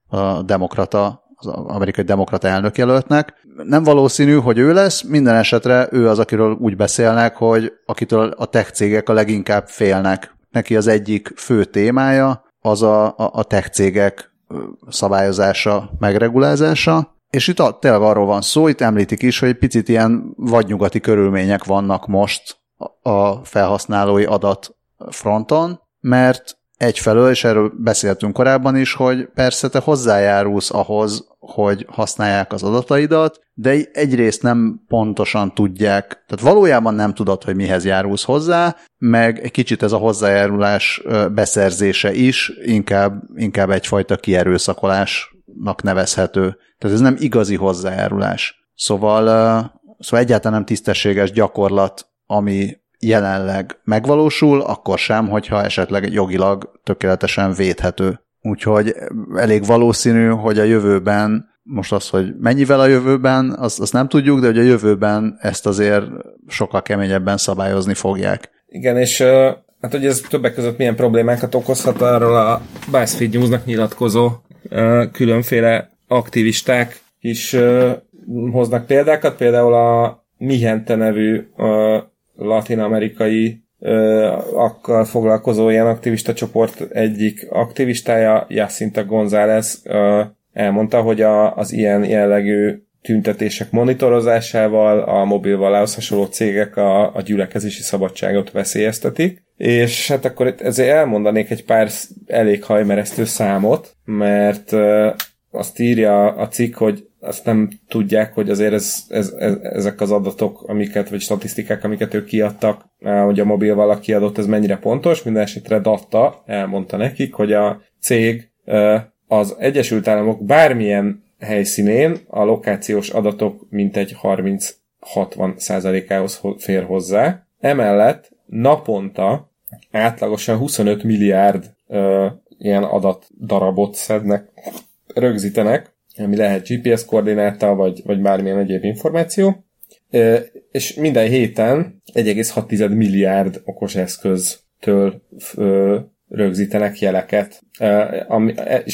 az amerikai demokrata elnökjelöltnek. Nem valószínű, hogy ő lesz, minden esetre ő az, akiről úgy beszélnek, hogy akitől a tech cégek a leginkább félnek. Neki az egyik fő témája az a tech cégek szabályozása, megregulázása, és itt tényleg arról van szó, itt említik is, hogy egy picit ilyen vadnyugati körülmények vannak most a felhasználói adat fronton, mert egyfelől, és erről beszéltünk korábban is, hogy persze te hozzájárulsz ahhoz, hogy használják az adataidat, de egyrészt nem pontosan tudják, tehát valójában nem tudod, hogy mihez járulsz hozzá, meg egy kicsit ez a hozzájárulás beszerzése is inkább egyfajta kierőszakolásnak nevezhető. Tehát ez nem igazi hozzájárulás. Szóval egyáltalán nem tisztességes gyakorlat, ami jelenleg megvalósul, akkor sem, hogyha esetleg jogilag tökéletesen védhető. Úgyhogy elég valószínű, hogy a jövőben, most az, hogy mennyivel a jövőben, azt nem tudjuk, de hogy a jövőben ezt azért sokkal keményebben szabályozni fogják. Igen, és hát hogy ez többek között milyen problémákat okozhat, arról a BuzzFeed News-nak nyilatkozó különféle aktivisták is hoznak példákat, például a Mihente nevű latin-amerikai akkal foglalkozó ilyen aktivista csoport egyik aktivistája, Jacinta González elmondta, hogy az ilyen jellegű tüntetések monitorozásával a mobil vallához hasonló cégek a gyülekezési szabadságot veszélyeztetik, és hát akkor ezért elmondanék egy pár elég hajmeresztő számot, mert azt írja a cikk, hogy azt nem tudják, hogy azért ezek az adatok, vagy statisztikák, amiket ők kiadtak, hogy a mobil valaki kiadott, ez mennyire pontos. Minden esetre Datta elmondta nekik, hogy a cég az Egyesült Államok bármilyen helyszínén a lokációs adatok mintegy 30-60%-ához fér hozzá. Emellett naponta átlagosan 25 milliárd ilyen adatdarabot szednek, rögzítenek, ami lehet GPS koordináta, vagy bármilyen egyéb információ, és minden héten 1,6 milliárd okos eszköztől rögzítenek jeleket. És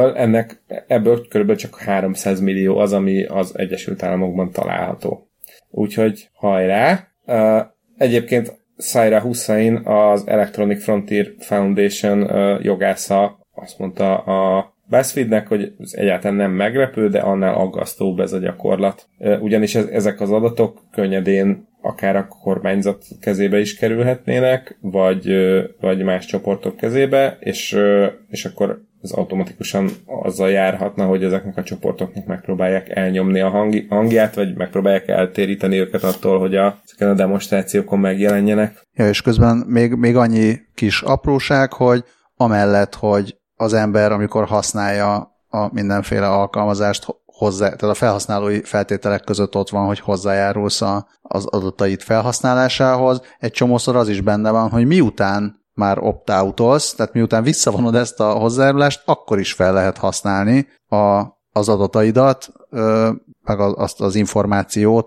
ebből kb. Csak 300 millió az, ami az Egyesült Államokban található. Úgyhogy hajrá! Egyébként Saira Hussain, az Electronic Frontier Foundation jogásza azt mondta a BuzzFeednek, hogy ez egyáltalán nem meglepő, de annál aggasztóbb ez a gyakorlat. Ugyanis ezek az adatok könnyedén akár a kormányzat kezébe is kerülhetnének, vagy más csoportok kezébe, és akkor ez automatikusan azzal járhatna, hogy ezeknek a csoportoknak megpróbálják elnyomni a hangját, vagy megpróbálják eltéríteni őket attól, hogy ezeken a demonstrációkon megjelenjenek. Ja, és közben még annyi kis apróság, hogy amellett, hogy az ember, amikor használja a mindenféle alkalmazást, tehát a felhasználói feltételek között ott van, hogy hozzájárulsz az adataid felhasználásához. Egy csomószor az is benne van, hogy miután már opt-outolsz, tehát miután visszavonod ezt a hozzájárulást, akkor is fel lehet használni az adataidat, meg azt az információt,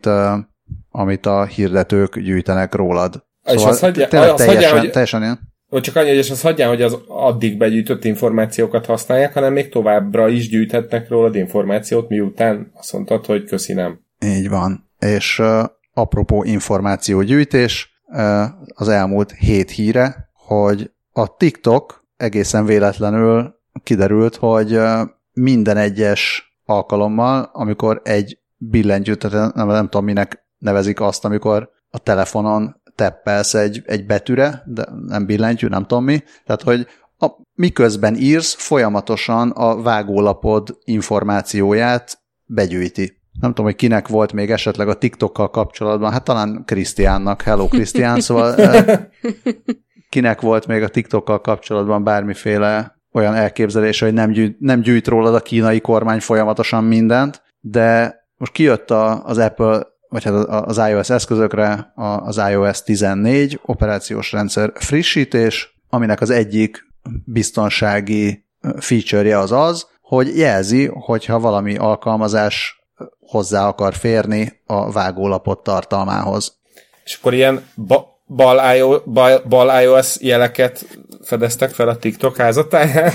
amit a hirdetők gyűjtenek rólad. Szóval teljesen ilyen. Csak annyi, hogy azt hagyján, hogy az addig begyűjtött információkat használják, hanem még továbbra is gyűjthetnek rólad információt, miután azt mondtad, hogy köszi, nem. Így van. És apropó információgyűjtés, az elmúlt 7 híre, hogy a TikTok egészen véletlenül kiderült, hogy minden egyes alkalommal, amikor egy billentyűt, tehát nem tudom, minek nevezik azt, amikor a telefonon teppelsz egy betűre, de nem billentyű, nem tudom mi, tehát hogy miközben írsz, folyamatosan a vágólapod információját begyűjti. Nem tudom, hogy kinek volt még esetleg a TikTokkal kapcsolatban, hát talán Krisztiánnak, hello Krisztián, szóval kinek volt még a TikTokkal kapcsolatban bármiféle olyan elképzelése, hogy nem gyűjt rólad a kínai kormány folyamatosan mindent, de most kijött az Apple, vagy hát az iOS eszközökre az iOS 14 operációs rendszer frissítés, aminek az egyik biztonsági feature-je az, hogy jelzi, hogyha valami alkalmazás hozzá akar férni a vágólapot tartalmához. És akkor ilyen bal iOS jeleket fedeztek fel a TikTok házatáján?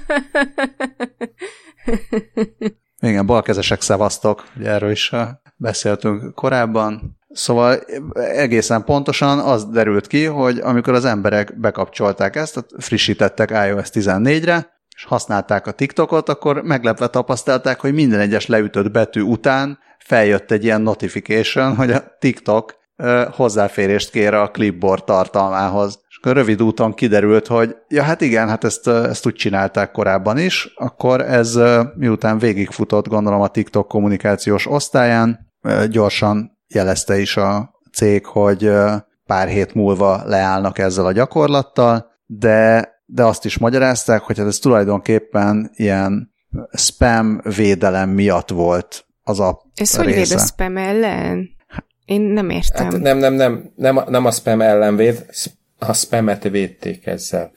Igen, balkezesek szevasztok, ugye erről is beszéltünk korábban. Szóval egészen pontosan az derült ki, hogy amikor az emberek bekapcsolták ezt, tehát frissítettek iOS 14-re, és használták a TikTokot, akkor meglepve tapasztalták, hogy minden egyes leütött betű után feljött egy ilyen notification, hogy a TikTok hozzáférést kér a clipboard tartalmához. És akkor rövid úton kiderült, hogy ja, hát igen, hát ezt úgy csinálták korábban is, akkor ez miután végigfutott, gondolom a TikTok kommunikációs osztályán, gyorsan jelezte is a cég, hogy pár hét múlva leállnak ezzel a gyakorlattal, de azt is magyarázták, hogy hát ez tulajdonképpen ilyen spam védelem miatt volt az a ez része. Hogy véd a spam ellen? Én nem értem. Hát nem a spam ellen véd, a spamet védték ezzel.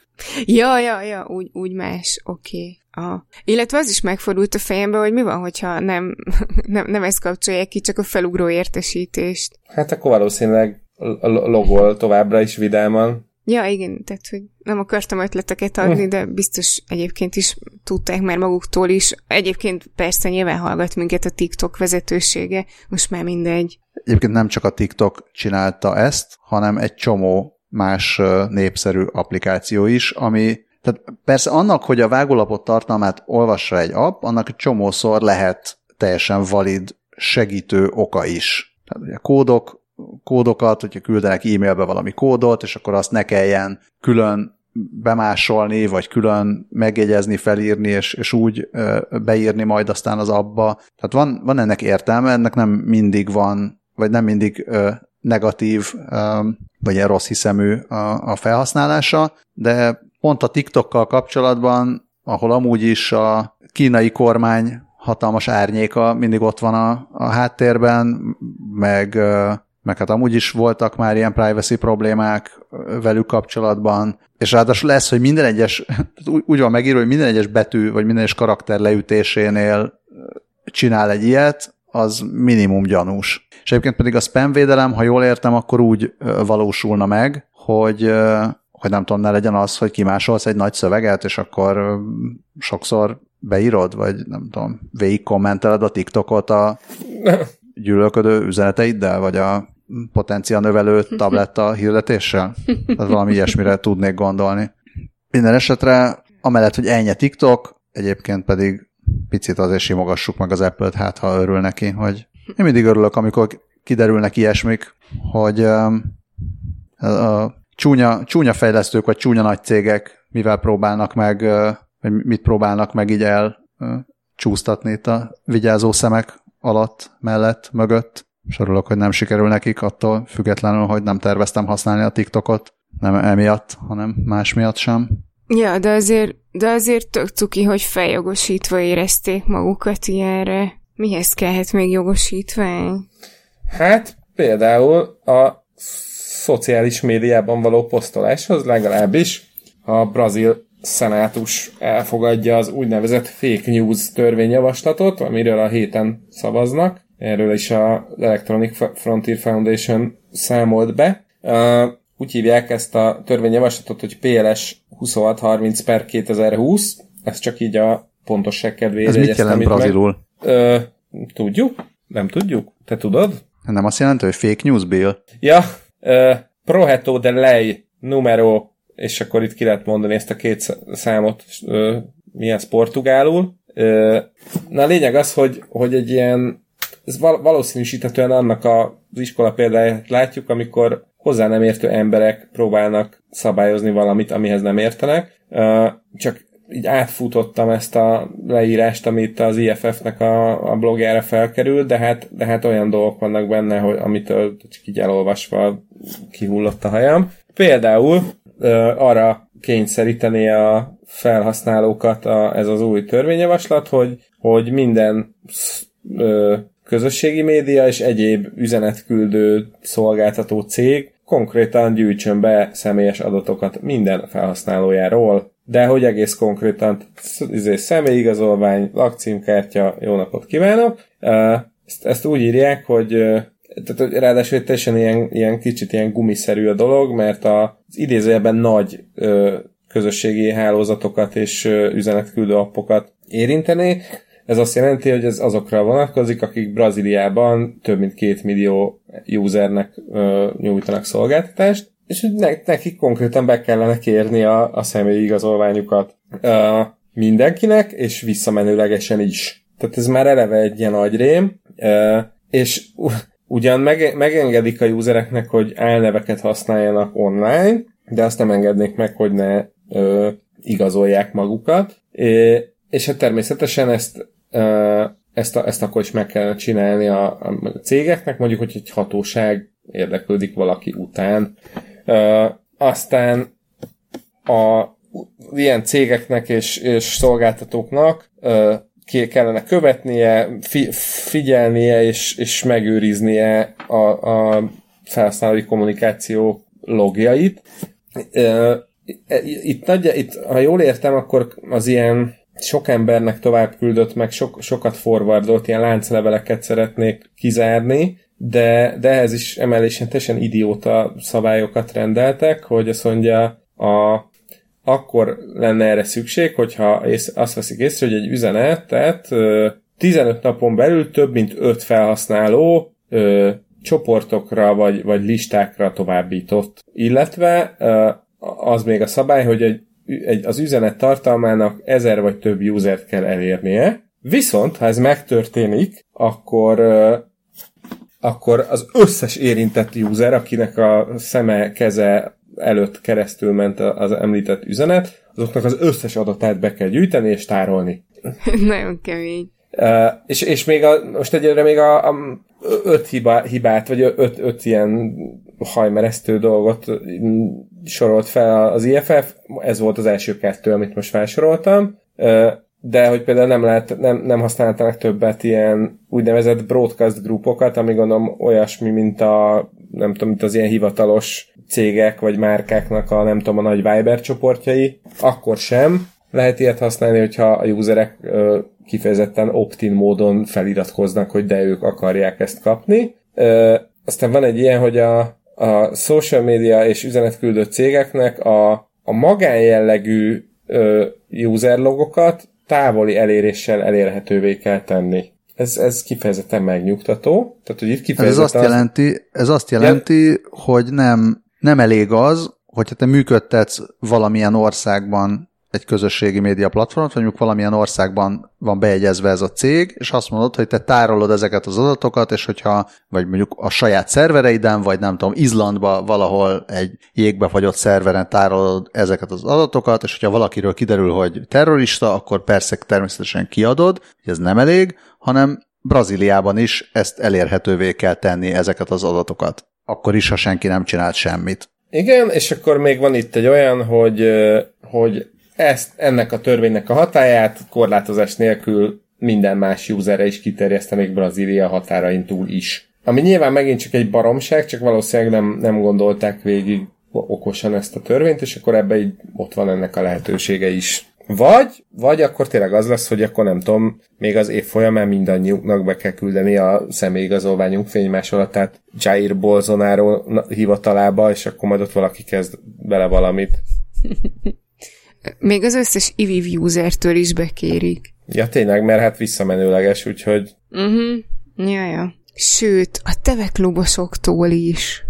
Ja, úgy más, oké. Illetve az is megfordult a fejembe, hogy mi van, hogyha nem ezt kapcsolják ki, csak a felugró értesítést. Hát akkor valószínűleg logol továbbra is vidáman. Ja, igen, tehát, hogy nem akartam ötleteket adni, de biztos egyébként is tudták már maguktól is. Egyébként persze nyilván hallgat minket a TikTok vezetősége, most már mindegy. Egyébként nem csak a TikTok csinálta ezt, hanem egy csomó más népszerű applikáció is, ami, tehát persze annak, hogy a vágólapot tartalmát olvassa egy app, annak egy csomószor lehet teljesen valid segítő oka is. Tehát ugye kódokat, hogyha küldenek e-mailbe valami kódot, és akkor azt ne kelljen külön bemásolni, vagy külön megjegyezni, felírni, és úgy beírni majd aztán az appba. Tehát van ennek értelme, ennek nem mindig van, vagy nem mindig negatív, vagy ilyen rossz hiszemű a felhasználása, de pont a TikTokkal kapcsolatban, ahol amúgy is a kínai kormány hatalmas árnyéka mindig ott van a háttérben, meg hát amúgy is voltak már ilyen privacy problémák velük kapcsolatban, és ráadásul lesz, hogy minden egyes, úgy van megírva, hogy minden egyes betű, vagy minden egyes karakter leütésénél csinál egy ilyet, az minimum gyanús. És egyébként pedig a spam védelem, ha jól értem, akkor úgy valósulna meg, hogy hogy nem tudom, ne legyen az, hogy kimásolsz egy nagy szöveget, és akkor sokszor beírod, vagy nem tudom, végig kommenteled a TikTokot a gyűlölködő üzeneteiddel, vagy a potenciál növelő tabletta hirdetéssel? Tehát valami ilyesmire tudnék gondolni. Minden esetre, amellett, hogy ennyi TikTok, egyébként pedig picit azért simogassuk meg az Apple-t, hát ha örül neki, hogy én mindig örülök, amikor kiderülnek ilyesmik, hogy a csúnya fejlesztők, vagy csúnya nagy cégek mivel próbálnak meg, vagy mit próbálnak meg így elcsúsztatni itt a vigyázó szemek alatt, mellett, mögött. És örülök, hogy nem sikerül nekik, attól függetlenül, hogy nem terveztem használni a TikTokot. Nem emiatt, hanem más miatt sem. Ja, de azért tök cuki, hogy feljogosítva érezték magukat ilyenre. Mihez kellhet még jogosítvány? Hát például a szociális médiában való posztoláshoz legalábbis a brazil szenátus elfogadja az úgynevezett fake news törvényjavaslatot, amiről a héten szavaznak. Erről is az Electronic Frontier Foundation számolt be. Úgy hívják ezt a törvényjavaslatot, hogy PLS 2630/2020. Ez csak így a pontosság kedvéért. Ez mit jelent brazilul? Tudjuk? Nem tudjuk? Te tudod? Nem azt jelenti, hogy fake news bill? Ja, Projeto de Lei numero, és akkor itt ki lehet mondani ezt a két számot, mi ez portugálul. Na a lényeg az, hogy egy ilyen, ez valószínűsíthetően annak az iskola példáját látjuk, amikor hozzá nem értő emberek próbálnak szabályozni valamit, amihez nem értenek. Csak így átfutottam ezt a leírást, amit az IFF-nek a blogjára felkerült, de hát olyan dolgok vannak benne, hogy amitől csak így elolvasva kihullott a hajam. Például arra kényszeríteni a felhasználókat ez az új törvényjavaslat, hogy minden közösségi média és egyéb üzenetküldő szolgáltató cég konkrétan gyűjtsön be személyes adatokat minden felhasználójáról, de hogy egész konkrétan személyigazolvány, lakcímkártya, jó napot kívánok. Ezt úgy írják, hogy tehát ráadásul teljesen ilyen kicsit ilyen gumiszerű a dolog, mert az idézőjelben nagy közösségi hálózatokat és üzenetküldő appokat érinteni. Ez azt jelenti, hogy ez azokra vonatkozik, akik Brazíliában több mint 2 millió usernek nyújtanak szolgáltatást, és hogy nekik konkrétan be kellene kérni a személyi igazolványukat mindenkinek, és visszamenőlegesen is. Tehát ez már eleve egy ilyen agyrém, és ugyan megengedik a usereknek, hogy álneveket használjanak online, de azt nem engednék meg, hogy ne igazolják magukat. És hát természetesen ezt akkor is meg kellene csinálni a cégeknek, mondjuk, hogy egy hatóság érdeklődik valaki után. Aztán ilyen cégeknek és szolgáltatóknak kellene követnie, figyelnie és megőriznie a felhasználói kommunikáció logjait. Itt, ha jól értem, akkor az ilyen sok embernek tovább küldött, meg sokat forwardolt ilyen láncleveleket szeretnék kizárni, de ehhez is emelésen teljesen idióta szabályokat rendeltek, hogy azt mondja, akkor lenne erre szükség, hogyha azt veszik észre, hogy egy üzenetet 15 napon belül több mint 5 felhasználó csoportokra vagy listákra továbbított. Illetve az még a szabály, hogy az üzenet tartalmának 1000 vagy több usert kell elérnie. Viszont, ha ez megtörténik, akkor az összes érintett user, akinek a szeme, keze előtt keresztül ment az említett üzenet, azoknak az összes adatát be kell gyűjteni és tárolni. Nagyon kemény. És még most egyelőre még a 5 hibát, vagy 5 ilyen hajmeresztő dolgot sorolt fel az IFF, ez volt az első 2, amit most felsoroltam, de hogy például nem használhatnak többet ilyen úgynevezett broadcast groupokat, ami gondolom olyasmi, mint mint az ilyen hivatalos cégek vagy márkáknak a nagy Viber csoportjai, akkor sem lehet ilyet használni, hogyha a userek kifejezetten opt-in módon feliratkoznak, hogy de ők akarják ezt kapni. Aztán van egy ilyen, hogy a social media és üzenetküldő cégeknek a magánjellegű user logokat távoli eléréssel elérhetővé kell tenni. Ez kifejezetten megnyugtató. Tehát, hogy itt kifejezetten ez azt jelenti, hogy nem elég az, hogyha te működtetsz valamilyen országban egy közösségi média platformot, vagy mondjuk valamilyen országban van bejegyezve ez a cég, és azt mondod, hogy te tárolod ezeket az adatokat, és hogyha, vagy mondjuk a saját szervereiden, vagy nem tudom, Izlandba valahol egy jégbe fagyott szerveren tárolod ezeket az adatokat, és hogyha valakiről kiderül, hogy terrorista, akkor persze természetesen kiadod, hogy ez nem elég, hanem Brazíliában is ezt elérhetővé kell tenni, ezeket az adatokat. Akkor is, ha senki nem csinált semmit. Igen, és akkor még van itt egy olyan, hogy ennek a törvénynek a hatályát korlátozás nélkül minden más userre is kiterjesztenék Brazília határain túl is. Ami nyilván megint csak egy baromság, csak valószínűleg nem gondolták végig okosan ezt a törvényt, és akkor ebbe így ott van ennek a lehetősége is. Vagy akkor tényleg az lesz, hogy akkor nem tudom, még az év folyamán mindannyiunknak be kell küldeni a személyigazolványunk fénymásolatát Jair Bolsonaro hivatalába, és akkor majd ott valaki kezd bele valamit. Még az összes IVIV usertől is bekérik. Ja, tényleg, mert hát visszamenőleges, úgyhogy... Ja. Sőt, a teveklobosoktól is.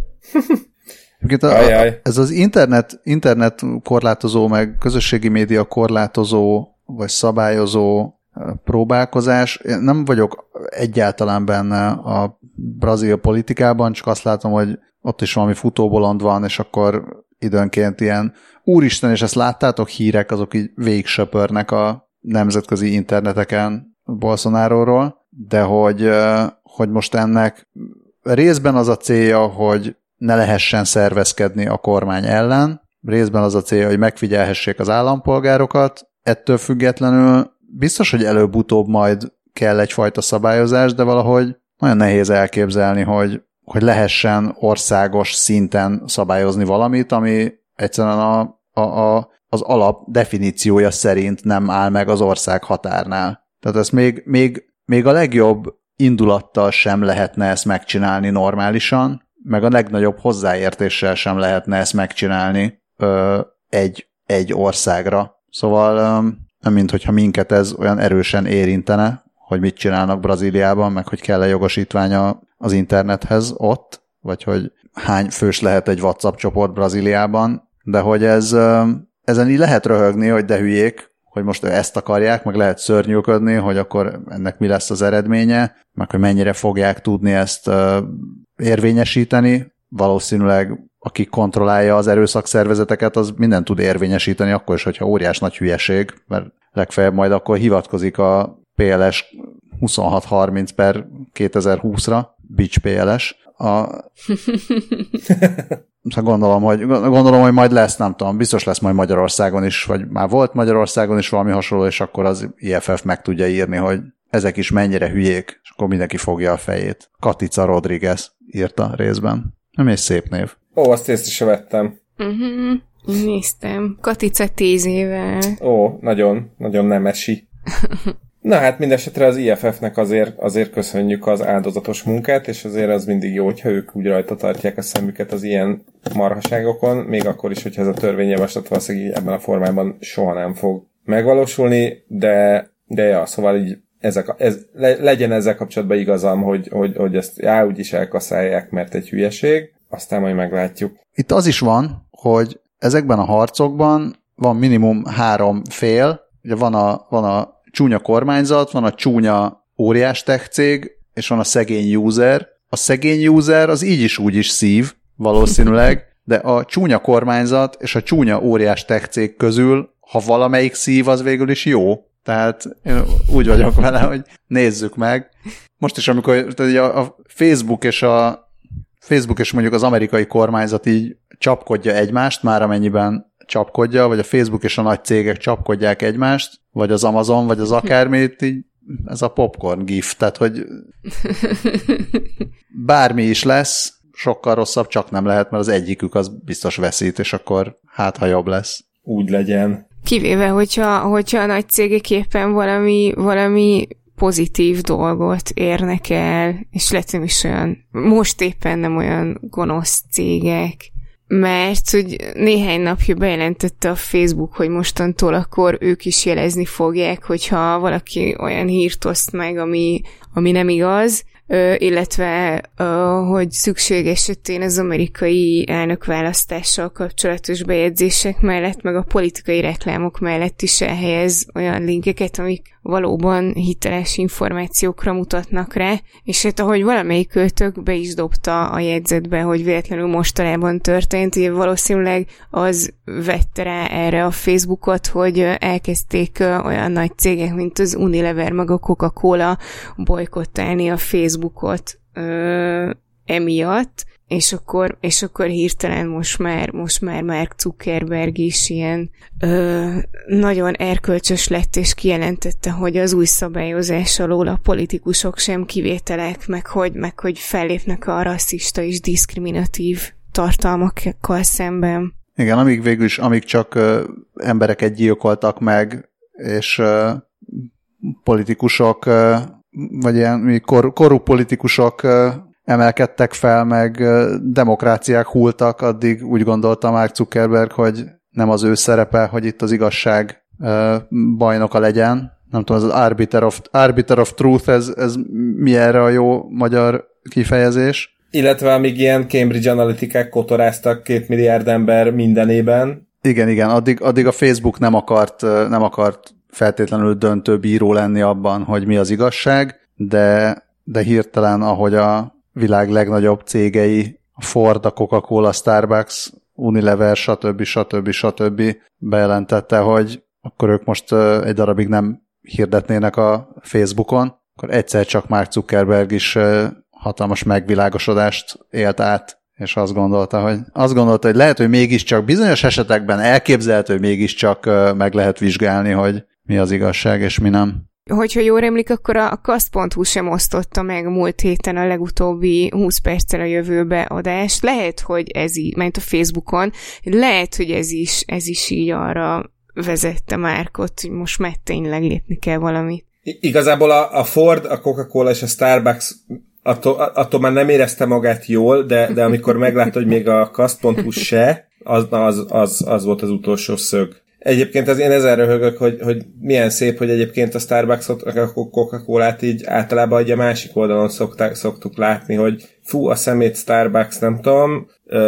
Ez az internet korlátozó, meg közösségi média korlátozó, vagy szabályozó próbálkozás. Én nem vagyok egyáltalán benne a brazil politikában, csak azt látom, hogy ott is valami futóbolond van, és akkor időnként ilyen, úristen, és ezt láttátok, hírek, azok így végigsöpörnek a nemzetközi interneteken Bolsonaróról, de hogy most ennek részben az a célja, hogy ne lehessen szervezkedni a kormány ellen, részben az a célja, hogy megfigyelhessék az állampolgárokat, ettől függetlenül biztos, hogy előbb-utóbb majd kell egyfajta szabályozás, de valahogy nagyon nehéz elképzelni, hogy lehessen országos szinten szabályozni valamit, ami egyszerűen az alap definíciója szerint nem áll meg az ország határnál. Tehát ezt még a legjobb indulattal sem lehetne ezt megcsinálni normálisan, meg a legnagyobb hozzáértéssel sem lehetne ezt megcsinálni egy országra. Szóval nem minthogyha minket ez olyan erősen érintene, hogy mit csinálnak Brazíliában, meg hogy kell-e jogosítványa az internethez ott, vagy hogy hány fős lehet egy WhatsApp csoport Brazíliában, de hogy ezen így lehet röhögni, hogy de hülyék, hogy most ezt akarják, meg lehet szörnyűködni, hogy akkor ennek mi lesz az eredménye, meg hogy mennyire fogják tudni ezt érvényesíteni. Valószínűleg aki kontrollálja az erőszakszervezeteket, az mindent tud érvényesíteni, akkor is, hogyha óriás nagy hülyeség, mert legfeljebb majd akkor hivatkozik a PLS 2630/2020-ra, Bitch PLS. Gondolom, hogy majd lesz, nem tudom, biztos lesz majd Magyarországon is, vagy már volt Magyarországon is valami hasonló, és akkor az IFF meg tudja írni, hogy ezek is mennyire hülyék, és akkor mindenki fogja a fejét. Katica Rodriguez írta részben. Nem egy szép név. Ó, azt észre se vettem. Néztem. Katica 10 éve. Ó, nagyon, nagyon nemesi. Na hát mindesetre az IFF-nek azért köszönjük az áldozatos munkát, és azért az mindig jó, hogyha ők úgy rajta tartják a szemüket az ilyen marhaságokon, még akkor is, hogyha ez a törvényjavaslat valószínűleg ebben a formában soha nem fog megvalósulni, de ja, szóval így legyen ezzel kapcsolatban igazam, hogy ezt úgyis elkaszálják, mert egy hülyeség, aztán majd meglátjuk. Itt az is van, hogy ezekben a harcokban van minimum 3 fél, ugye van a csúnya kormányzat, van a csúnya óriás tech cég, és van a szegény user. A szegény user az így is úgy is szív, valószínűleg, de a csúnya kormányzat és a csúnya óriás tech cég közül, ha valamelyik szív, az végül is jó. Tehát én úgy vagyok vele, hogy nézzük meg. Most is, amikor a Facebook és mondjuk az amerikai kormányzat így csapkodja egymást, már amennyiben csapkodja, vagy a Facebook és a nagy cégek csapkodják egymást, vagy az Amazon, vagy az akármit, így ez a popcorn gif, tehát hogy bármi is lesz, sokkal rosszabb csak nem lehet, mert az egyikük az biztos veszít, és akkor hát, ha jobb lesz. Úgy legyen. Kivéve, hogyha a nagy cégek éppen valami pozitív dolgot érnek el, és lehet nem is olyan, most éppen nem olyan gonosz cégek, mert hogy néhány napja bejelentette a Facebook, hogy mostantól akkor ők is jelezni fogják, hogyha valaki olyan hírt oszt meg, ami nem igaz, illetve hogy szükség esetén az amerikai elnökválasztással kapcsolatos bejegyzések mellett, meg a politikai reklámok mellett is elhelyez olyan linkeket, amik valóban hiteles információkra mutatnak rá, és hát ahogy valamelyik költök be is dobta a jegyzetbe, hogy véletlenül mostanában történt, ugye valószínűleg az vette rá erre a Facebookot, hogy elkezdték olyan nagy cégek, mint az Unilever, meg a Coca-Cola bojkottálni a Facebookot emiatt, és akkor hirtelen most már Mark Zuckerberg is ilyen nagyon erkölcsös lett, és kijelentette, hogy az új szabályozás alól a politikusok sem kivételek, meg hogy fellépnek a rasszista és diszkriminatív tartalmakkal szemben. Igen, amíg csak embereket gyilkoltak meg, és politikusok, vagy ilyen korrupt politikusok emelkedtek fel, meg demokráciák hultak, addig úgy gondolta Mark Zuckerberg, hogy nem az ő szerepe, hogy itt az igazság bajnoka legyen. Nem tudom, az Arbiter of Truth, ez mi erre a jó magyar kifejezés? Illetve amíg ilyen Cambridge Analytica-k kotoráztak 2 milliárd ember mindenében. Igen, addig a Facebook nem akart feltétlenül döntő bíró lenni abban, hogy mi az igazság, de hirtelen, ahogy a világ legnagyobb cégei, a Ford, a Coca-Cola, Starbucks, Unilever, stb. Bejelentette, hogy akkor ők most egy darabig nem hirdetnének a Facebookon, akkor egyszer csak Mark Zuckerberg is hatalmas megvilágosodást élt át, és azt gondolta, hogy lehet, hogy mégiscsak bizonyos esetekben elképzelhető, hogy mégiscsak meg lehet vizsgálni, hogy mi az igazság, és mi nem. Hogyha jól emlik, akkor a kast.hu sem osztotta meg múlt héten a legutóbbi 20 perccel a jövőbe adást. Lehet, hogy ez így, mert a Facebookon, lehet, hogy ez is így arra vezette Márkot, hogy most már tényleg lépni kell valamit. Igazából a Ford, a Coca-Cola és a Starbucks attól már nem érezte magát jól, de amikor meglátta, hogy még a kast.hu se, az volt az utolsó szög. Egyébként én ezen röhögök, hogy milyen szép, hogy egyébként a Starbucksot, a Coca-Colát így általában egy a másik oldalon szoktuk látni, hogy fú, a szemét Starbucks, nem tudom,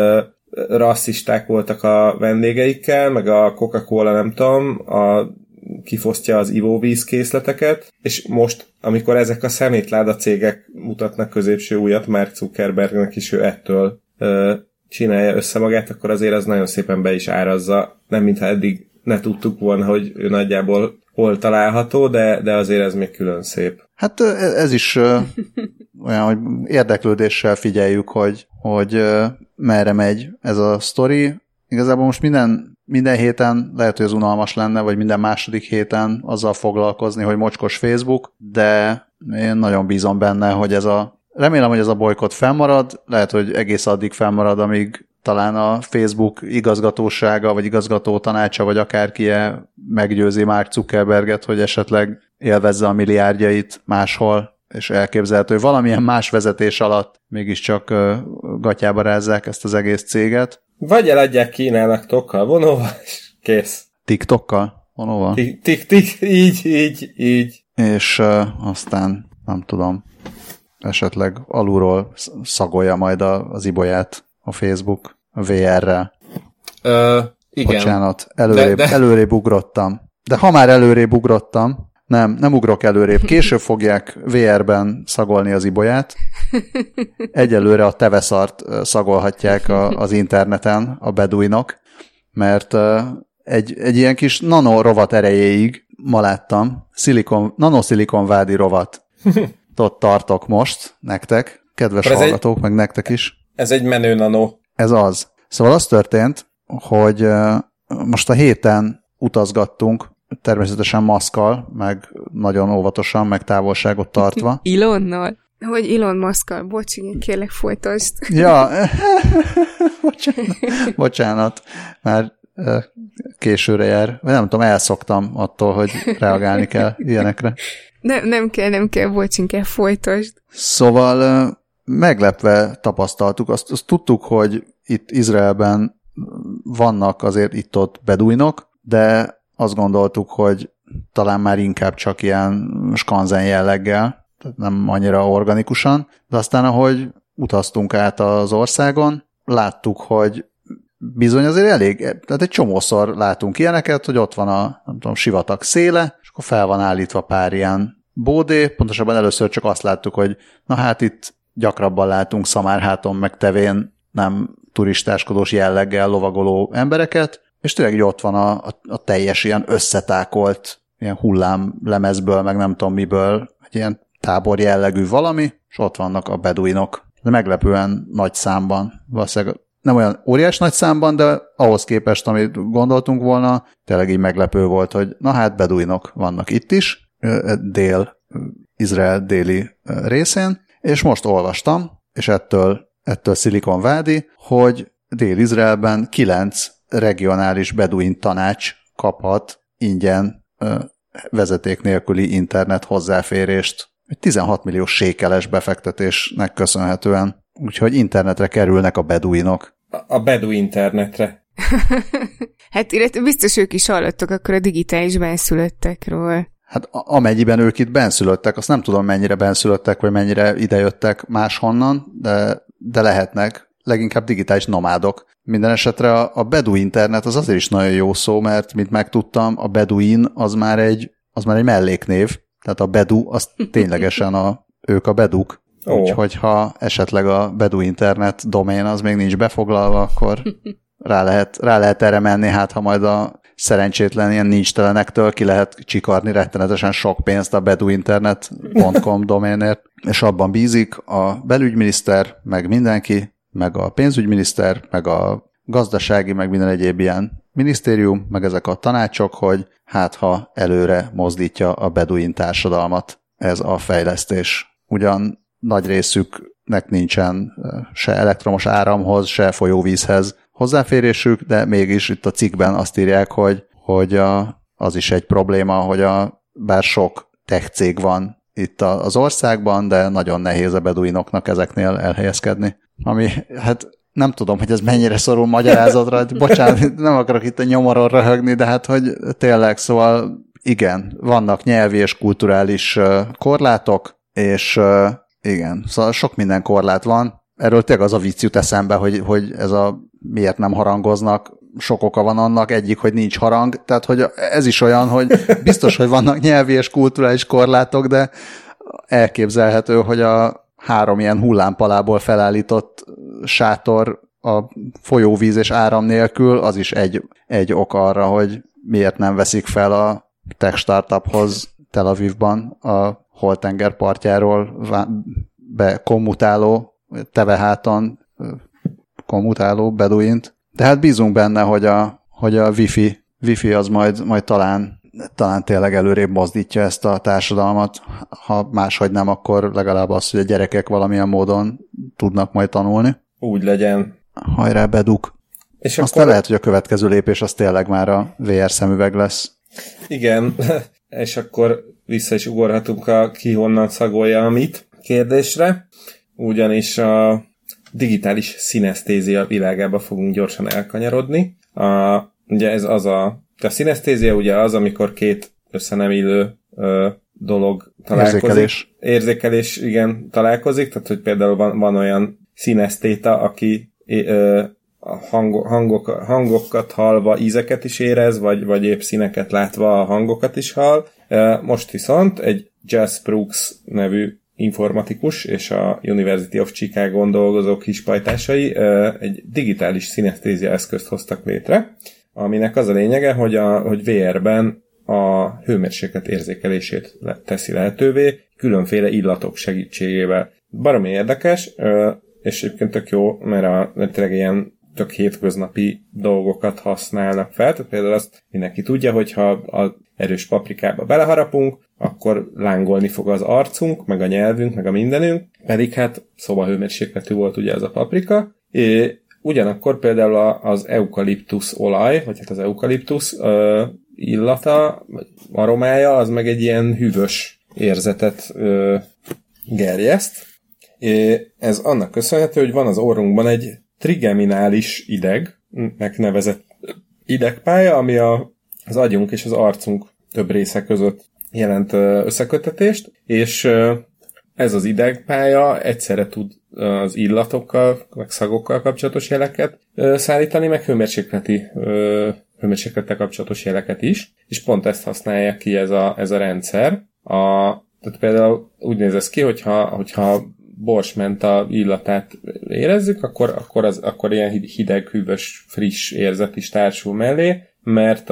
rasszisták voltak a vendégeikkel, meg a Coca-Cola, nem tudom, kifosztja az ivóvízkészleteket, és most, amikor ezek a szemétláda cégek mutatnak középső ujjat Mark Zuckerbergnek is, ő ettől csinálja össze magát, akkor azért az nagyon szépen be is árazza. Nem mintha eddig ne tudtuk volna, hogy ő nagyjából hol található, de azért ez még külön szép. Hát ez is olyan, hogy érdeklődéssel figyeljük, hogy merre megy ez a sztori. Igazából most minden héten lehet, hogy ez unalmas lenne, vagy minden második héten azzal foglalkozni, hogy mocskos Facebook, de én nagyon bízom benne, hogy remélem, hogy ez a bolykott fennmarad, lehet, hogy egész addig fennmarad, amíg talán a Facebook igazgatósága, vagy igazgató tanácsa, vagy akárkie meggyőzi Mark Zuckerberget, hogy esetleg élvezze a milliárdjait máshol, és elképzelhető, hogy valamilyen más vezetés alatt mégiscsak gatyába rázzák ezt az egész céget. Vagy eladják Kínának tokkal, vonóval, és kész. TikTokkal? Vonóval? Tik, így. És aztán, nem tudom, esetleg alulról szagolja majd az ibolyát a Facebook a VR-rel. Igen. Bocsánat, előrébb ugrottam. De ha már előrébb ugrottam, nem ugrok előrébb. Később fogják VR-ben szagolni az ibolyát. Egyelőre a teveszart szagolhatják az interneten a beduinok, mert egy ilyen kis nanorovat erejéig ma láttam, nanoszilikon-vádi rovat ott tartok most nektek, kedves hallgatók, meg nektek is. Ez egy menő nano. Ez az. Szóval az történt, hogy most a héten utazgattunk, természetesen maszkkal, meg nagyon óvatosan, meg távolságot tartva. Ilonnal? Hogy Elon Musk-kal? Bocs, igen, kérlek folytasd. Ja, bocsánat, már későre jár. Nem tudom, elszoktam attól, hogy reagálni kell ilyenekre. Nem kell, bocs, inkább folytasd. Szóval meglepve tapasztaltuk, azt tudtuk, hogy itt Izraelben vannak azért itt-ott beduinok, de azt gondoltuk, hogy talán már inkább csak ilyen skanzen jelleggel, tehát nem annyira organikusan, de aztán ahogy utaztunk át az országon, láttuk, hogy bizony azért elég, tehát egy csomószor látunk ilyeneket, hogy ott van a, nem tudom, sivatag széle, és akkor fel van állítva pár ilyen bódé, pontosabban először csak azt láttuk, hogy na hát itt gyakrabban látunk Szamárháton meg tevén nem turistáskodós jelleggel lovagoló embereket, és tényleg ott van a teljes ilyen összetákolt ilyen hullámlemezből, meg nem tudom miből, egy ilyen tábor jellegű valami, és ott vannak a beduinok. De meglepően nagy számban. Valószínűleg nem olyan óriás nagy számban, de ahhoz képest, amit gondoltunk volna, tényleg így meglepő volt, hogy na hát beduinok vannak itt is, Izrael déli részén, és most olvastam, és ettől Silicon Valley, hogy Dél-Izraelben 9 regionális beduin tanács kaphat ingyen vezeték nélküli internet hozzáférést. Egy 16 millió sékeles befektetésnek köszönhetően. Úgyhogy internetre kerülnek a beduinok. A bedu internetre. Hát illetve biztos ők is hallottak akkor a digitális benszülöttekről. Hát amennyiben ők itt benszülöttek, azt nem tudom mennyire benszülöttek, vagy mennyire idejöttek máshonnan, de lehetnek leginkább digitális nomádok. Minden esetre a bedu internet az azért is nagyon jó szó, mert mint megtudtam, a beduin az már egy melléknév, tehát a bedu az ténylegesen ők a beduk. Úgyhogy ha esetleg a bedu internet domén az még nincs befoglalva, akkor rá lehet erre menni, hát ha majd a szerencsétlen ilyen nincstelenektől ki lehet csikarni rettenetesen sok pénzt a beduinternet.com doménért, és abban bízik a belügyminiszter, meg mindenki, meg a pénzügyminiszter, meg a gazdasági, meg minden egyéb ilyen minisztérium, meg ezek a tanácsok, hogy hát ha előre mozdítja a beduin társadalmat ez a fejlesztés. Ugyan nagy részüknek nincsen se elektromos áramhoz, se folyóvízhez hozzáférésük, de mégis itt a cikkben azt írják, hogy az is egy probléma, hogy bár sok tech cég van itt az országban, de nagyon nehéz a beduinoknak ezeknél elhelyezkedni. Ami, hát nem tudom, hogy ez mennyire szorul magyarázatra, bocsánat, nem akarok itt a nyomoron röhögni, de hát, hogy tényleg, szóval igen, vannak nyelvi és kulturális korlátok, és igen, szóval sok minden korlát van. Erről tényleg az a vicc jut eszembe, hogy ez miért nem harangoznak, sok oka van annak, egyik, hogy nincs harang, tehát hogy ez is olyan, hogy biztos, hogy vannak nyelvi és kulturális korlátok, de elképzelhető, hogy a 3 ilyen hullámpalából felállított sátor a folyóvíz és áram nélkül, az is egy ok arra, hogy miért nem veszik fel a tech startuphoz Tel Avivban a Holtenger partjáról bekommutáló, teveháton kommutáló beduint. De hát bízunk benne, hogy a wifi az majd talán tényleg előrébb mozdítja ezt a társadalmat. Ha máshogy nem, akkor legalább az, hogy a gyerekek valamilyen módon tudnak majd tanulni. Úgy legyen. Hajrá, beduk. És aztán akkor lehet, hogy a következő lépés az tényleg már a VR szemüveg lesz. Igen, és akkor vissza is ugorhatunk a ki honnan szagolja amit kérdésre, ugyanis a digitális szinesztézia világába fogunk gyorsan elkanyarodni. Ugye ez az a szinesztézia ugye az, amikor két össze nem illő dolog találkozik. Érzékelés, igen, találkozik, tehát hogy például van olyan szinesztéta, aki hangokat hallva ízeket is érez, vagy épp színeket látva a hangokat is hall. Most viszont egy Jess Brooks nevű informatikus és a University of Chicago-n dolgozó kispajtásai egy digitális szinesztézia eszközt hoztak létre, aminek az a lényege, hogy VR-ben a hőmérséklet érzékelését teszi lehetővé különféle illatok segítségével. Baromi érdekes, és egyébként tök jó, mert tényleg ilyen tök hétköznapi dolgokat használnak fel. Tehát például azt mindenki tudja, hogyha az erős paprikába beleharapunk, akkor lángolni fog az arcunk, meg a nyelvünk, meg a mindenünk, pedig hát szobahőmérsékletű volt ugye az a paprika. Ugyanakkor például az eukaliptusz olaj, vagy hát az eukaliptusz illata, aromája, az meg egy ilyen hűvös érzetet gerjeszt. Ez annak köszönhető, hogy van az orrunkban egy trigeminális idegnek nevezett idegpálya, ami az agyunk és az arcunk több része között jelent összeköttetést, és ez az idegpálya egyszerre tud az illatokkal, meg szagokkal kapcsolatos jeleket szállítani, meg hőmérséklettel kapcsolatos jeleket is, és pont ezt használja ki ez a rendszer. Tehát például úgy néz ez ki, hogyha borsmenta illatát érezzük, akkor ilyen hideg, hűvös, friss érzet is társul mellé, mert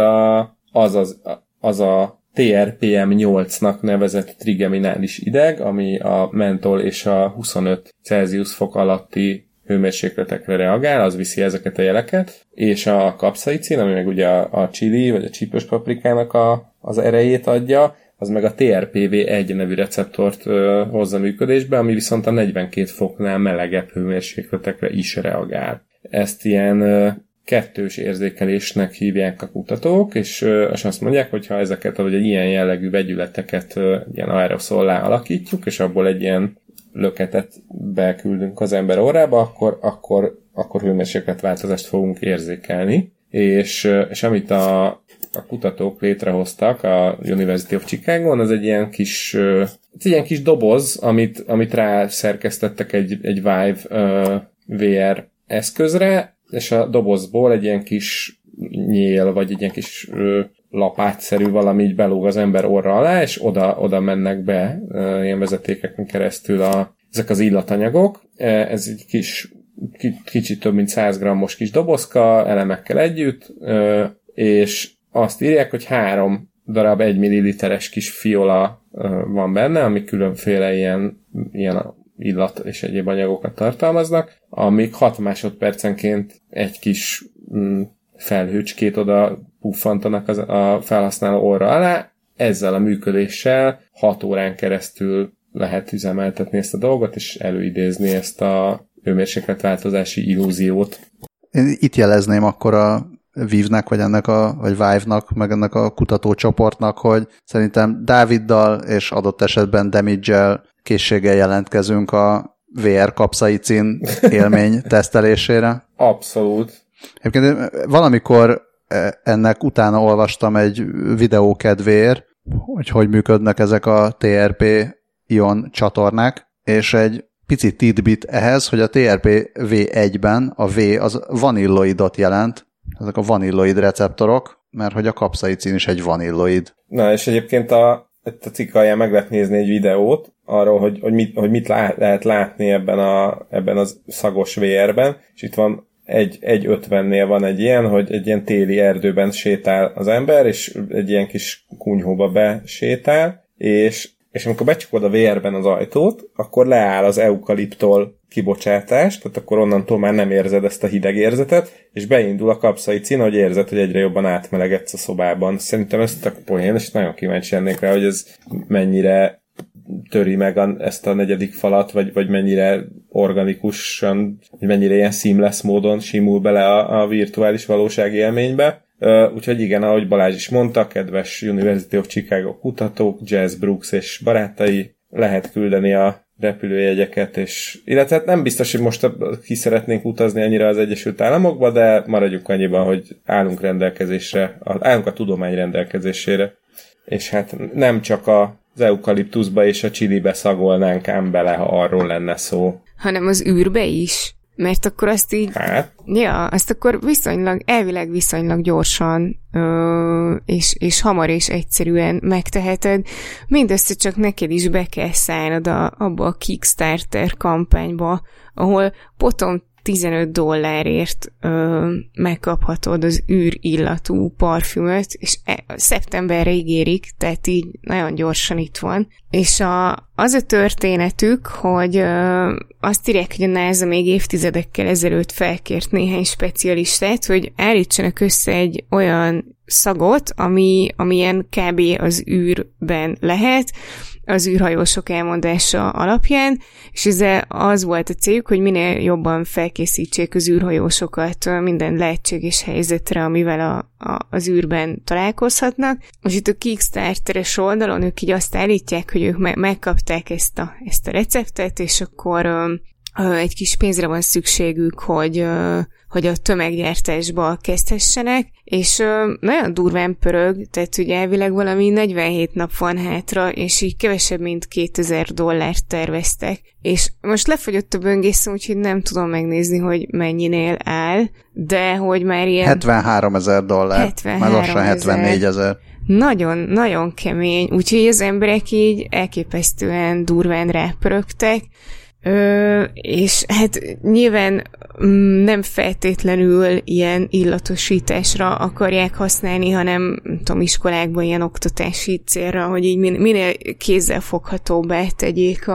az a TRPM8-nak nevezett trigeminális ideg, ami a mentol és a 25 Celsius fok alatti hőmérsékletekre reagál, az viszi ezeket a jeleket, és a kapszaicin, ami meg ugye a chili, vagy a csípős paprikának az erejét adja, az meg a TRPV1 nevű receptort hozza működésbe, ami viszont a 42 foknál melegebb hőmérsékletekre is reagál. Ezt ilyen kettős érzékelésnek hívják a kutatók, és azt mondják, hogy ha ezeket, vagy egy ilyen jellegű vegyületeket ilyen aeroszolá alakítjuk, és abból egy ilyen löketet beküldünk az ember orrába, akkor hőmérsékletváltozást fogunk érzékelni. És amit a kutatók létrehoztak a University of Chicago-on, az egy ilyen kis doboz, amit rászerkesztettek egy Vive VR eszközre, és a dobozból egy ilyen kis nyél, vagy egy ilyen kis lapátszerű valami így belóg az ember orra alá, és oda mennek be ilyen vezetékeken keresztül ezek az illatanyagok. Ez egy kicsit több mint 100 grammos kis dobozka, elemekkel együtt, és azt írják, hogy 3 darab 1 milliliteres kis fiola van benne, ami különféle ilyen illat és egyéb anyagokat tartalmaznak, amik 6 másodpercenként egy kis felhőcskét oda puffantanak a felhasználó orra alá. Ezzel a működéssel 6 órán keresztül lehet üzemeltetni ezt a dolgot, és előidézni ezt a hőmérsékletváltozási illúziót. Én itt jelezném akkor a Vive-nek, vagy Vive-nak, meg ennek a kutatócsoportnak, hogy szerintem Dáviddal és adott esetben Damage-el készséggel jelentkezünk a VR kapszaicin élmény tesztelésére. Abszolút. Egyébként valamikor ennek utána olvastam egy videó kedvéért, hogy működnek ezek a TRP-ion csatornák, és egy pici tidbit ehhez, hogy a TRPV1-ben a V az vanilloidot jelent, ezek a vanilloid receptorok, mert hogy a kapszaicin is egy vanilloid. Na, és egyébként a cikk alján meg lehet nézni egy videót arról, hogy mit lehet látni ebben a szagos VR-ben, és itt van 1.50-nél van egy ilyen, hogy egy ilyen téli erdőben sétál az ember, és egy ilyen kis kunyhóba besétál, és amikor becsukod a VR-ben az ajtót, akkor leáll az eukaliptól kibocsátás, tehát akkor onnantól már nem érzed ezt a hideg érzetet, és beindul a kapszaicin, hogy érzed, hogy egyre jobban átmelegedsz a szobában. Szerintem ez tök poén, és nagyon kíváncsi lennék rá, hogy ez mennyire töri meg ezt a negyedik falat, vagy mennyire organikusan, vagy mennyire ilyen seamless módon simul bele a virtuális valóság élménybe. Úgyhogy igen, ahogy Balázs is mondta, kedves University of Chicago kutatók, Jazz Brooks és barátai, lehet küldeni a repülőjegyeket, illetve nem biztos, hogy most ki szeretnénk utazni annyira az Egyesült Államokba, de maradjunk annyiban, hogy állunk a tudomány rendelkezésére. És hát nem csak az eukaliptuszba és a csilibe szagolnánk ám bele, ha arról lenne szó. Hanem az űrbe is. Mert akkor azt így... azt akkor elvileg viszonylag gyorsan és hamar és egyszerűen megteheted. Mindössze csak neked is be kell szállnod abba a Kickstarter kampányba, ahol potom $15 megkaphatod az űrillatú parfümöt, és szeptemberre ígérik, tehát így nagyon gyorsan itt van. És az a történetük, hogy azt írják, hogy a NASA még évtizedekkel ezelőtt felkért néhány specialistát, hogy állítsanak össze egy olyan szagot, amilyen kb. Az űrben lehet, az űrhajósok elmondása alapján, és ezzel az volt a céljuk, hogy minél jobban felkészítsék az űrhajósokat minden lehetséges helyzetre, amivel az űrben találkozhatnak. És itt a Kickstarteres oldalon ők így azt állítják, hogy ők megkapták ezt a receptet, és akkor egy kis pénzre van szükségük, hogy a tömeggyártásba kezdhessenek, és nagyon durván pörög, tehát ugye elvileg valami 47 nap van hátra, és így kevesebb, mint $2000 terveztek. És most lefogyott a böngészem, úgyhogy nem tudom megnézni, hogy mennyinél áll, de hogy már ilyen... $73,000, már lassan 74,000. Nagyon, nagyon kemény, úgyhogy az emberek így elképesztően durván rápörögtek, és hát nyilván nem feltétlenül ilyen illatosításra akarják használni, hanem tudom, iskolákban ilyen oktatási célra, hogy így minél kézzelfoghatóbbá tegyék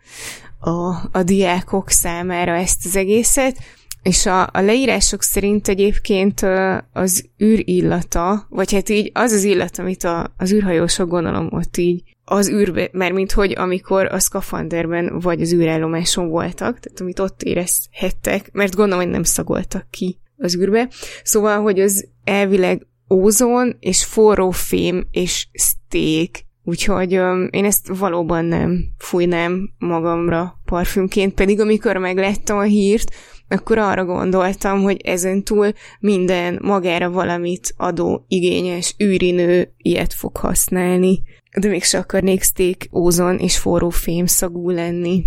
a diákok számára ezt az egészet, és a leírások szerint egyébként az űr illata, vagy hát így az illat, amit az űrhajósok gondolom ott így az űrbe, mármint hogy amikor a szkafanderben vagy az űrállomáson voltak, tehát amit ott érezhettek, mert gondolom, hogy nem szagoltak ki az űrbe. Szóval, hogy az elvileg ózon és forró fém és steak, úgyhogy én ezt valóban nem fújnám magamra parfümként, pedig amikor megláttam a hírt, akkor arra gondoltam, hogy ezentúl minden magára valamit adó igényes űrinő ilyet fog használni. De mégse akarnék steak, ózon és forró fém szagú lenni.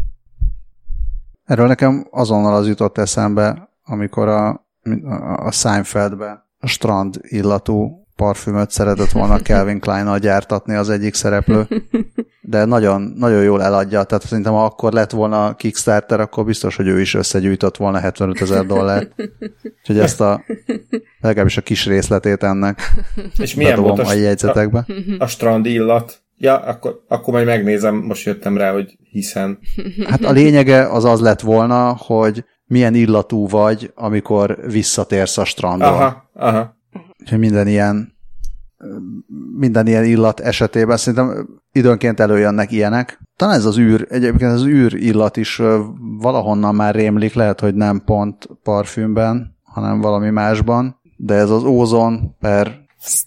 Erről nekem azonnal az jutott eszembe, amikor a Seinfeldbe a strand illatú parfümöt szeretett volna Calvin Klein-nal gyártatni az egyik szereplő, de nagyon, nagyon jól eladja, tehát szerintem ha akkor lett volna Kickstarter, akkor biztos, hogy ő is összegyűjtött volna $75,000. Úgyhogy ezt legalábbis a kis részletét ennek és milyen volt a jegyzetekbe. A strand illat? Ja, akkor majd megnézem, most jöttem rá, hogy hiszen. Hát a lényege az lett volna, hogy milyen illatú vagy, amikor visszatérsz a strandról. Aha. Úgyhogy minden ilyen illat esetében szerintem időnként előjönnek ilyenek. Talán ez az egyébként az űr illat is valahonnan már rémlik, lehet, hogy nem pont parfümben, hanem valami másban, de ez az ózon per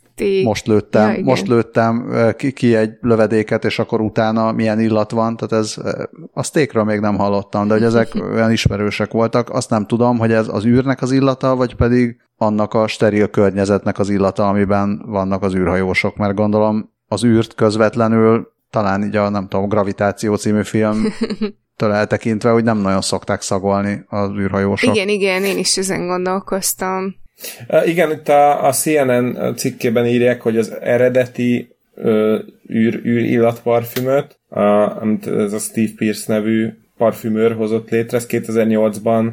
most lőttem ki egy lövedéket, és akkor utána milyen illat van, tehát ez a steakről még nem hallottam, de hogy ezek olyan ismerősek voltak, azt nem tudom, hogy ez az űrnek az illata, vagy pedig annak a steril környezetnek az illata, amiben vannak az űrhajósok, mert gondolom az űrt közvetlenül, talán így a, nem tudom, Gravitáció című filmtől eltekintve, hogy nem nagyon szokták szagolni az űrhajósok. Igen, én is ezen gondolkoztam. Igen, itt a CNN cikkében írják, hogy az eredeti űr illatparfümöt, amit ez a Steve Pierce nevű parfümőr hozott létre, ez 2008-ban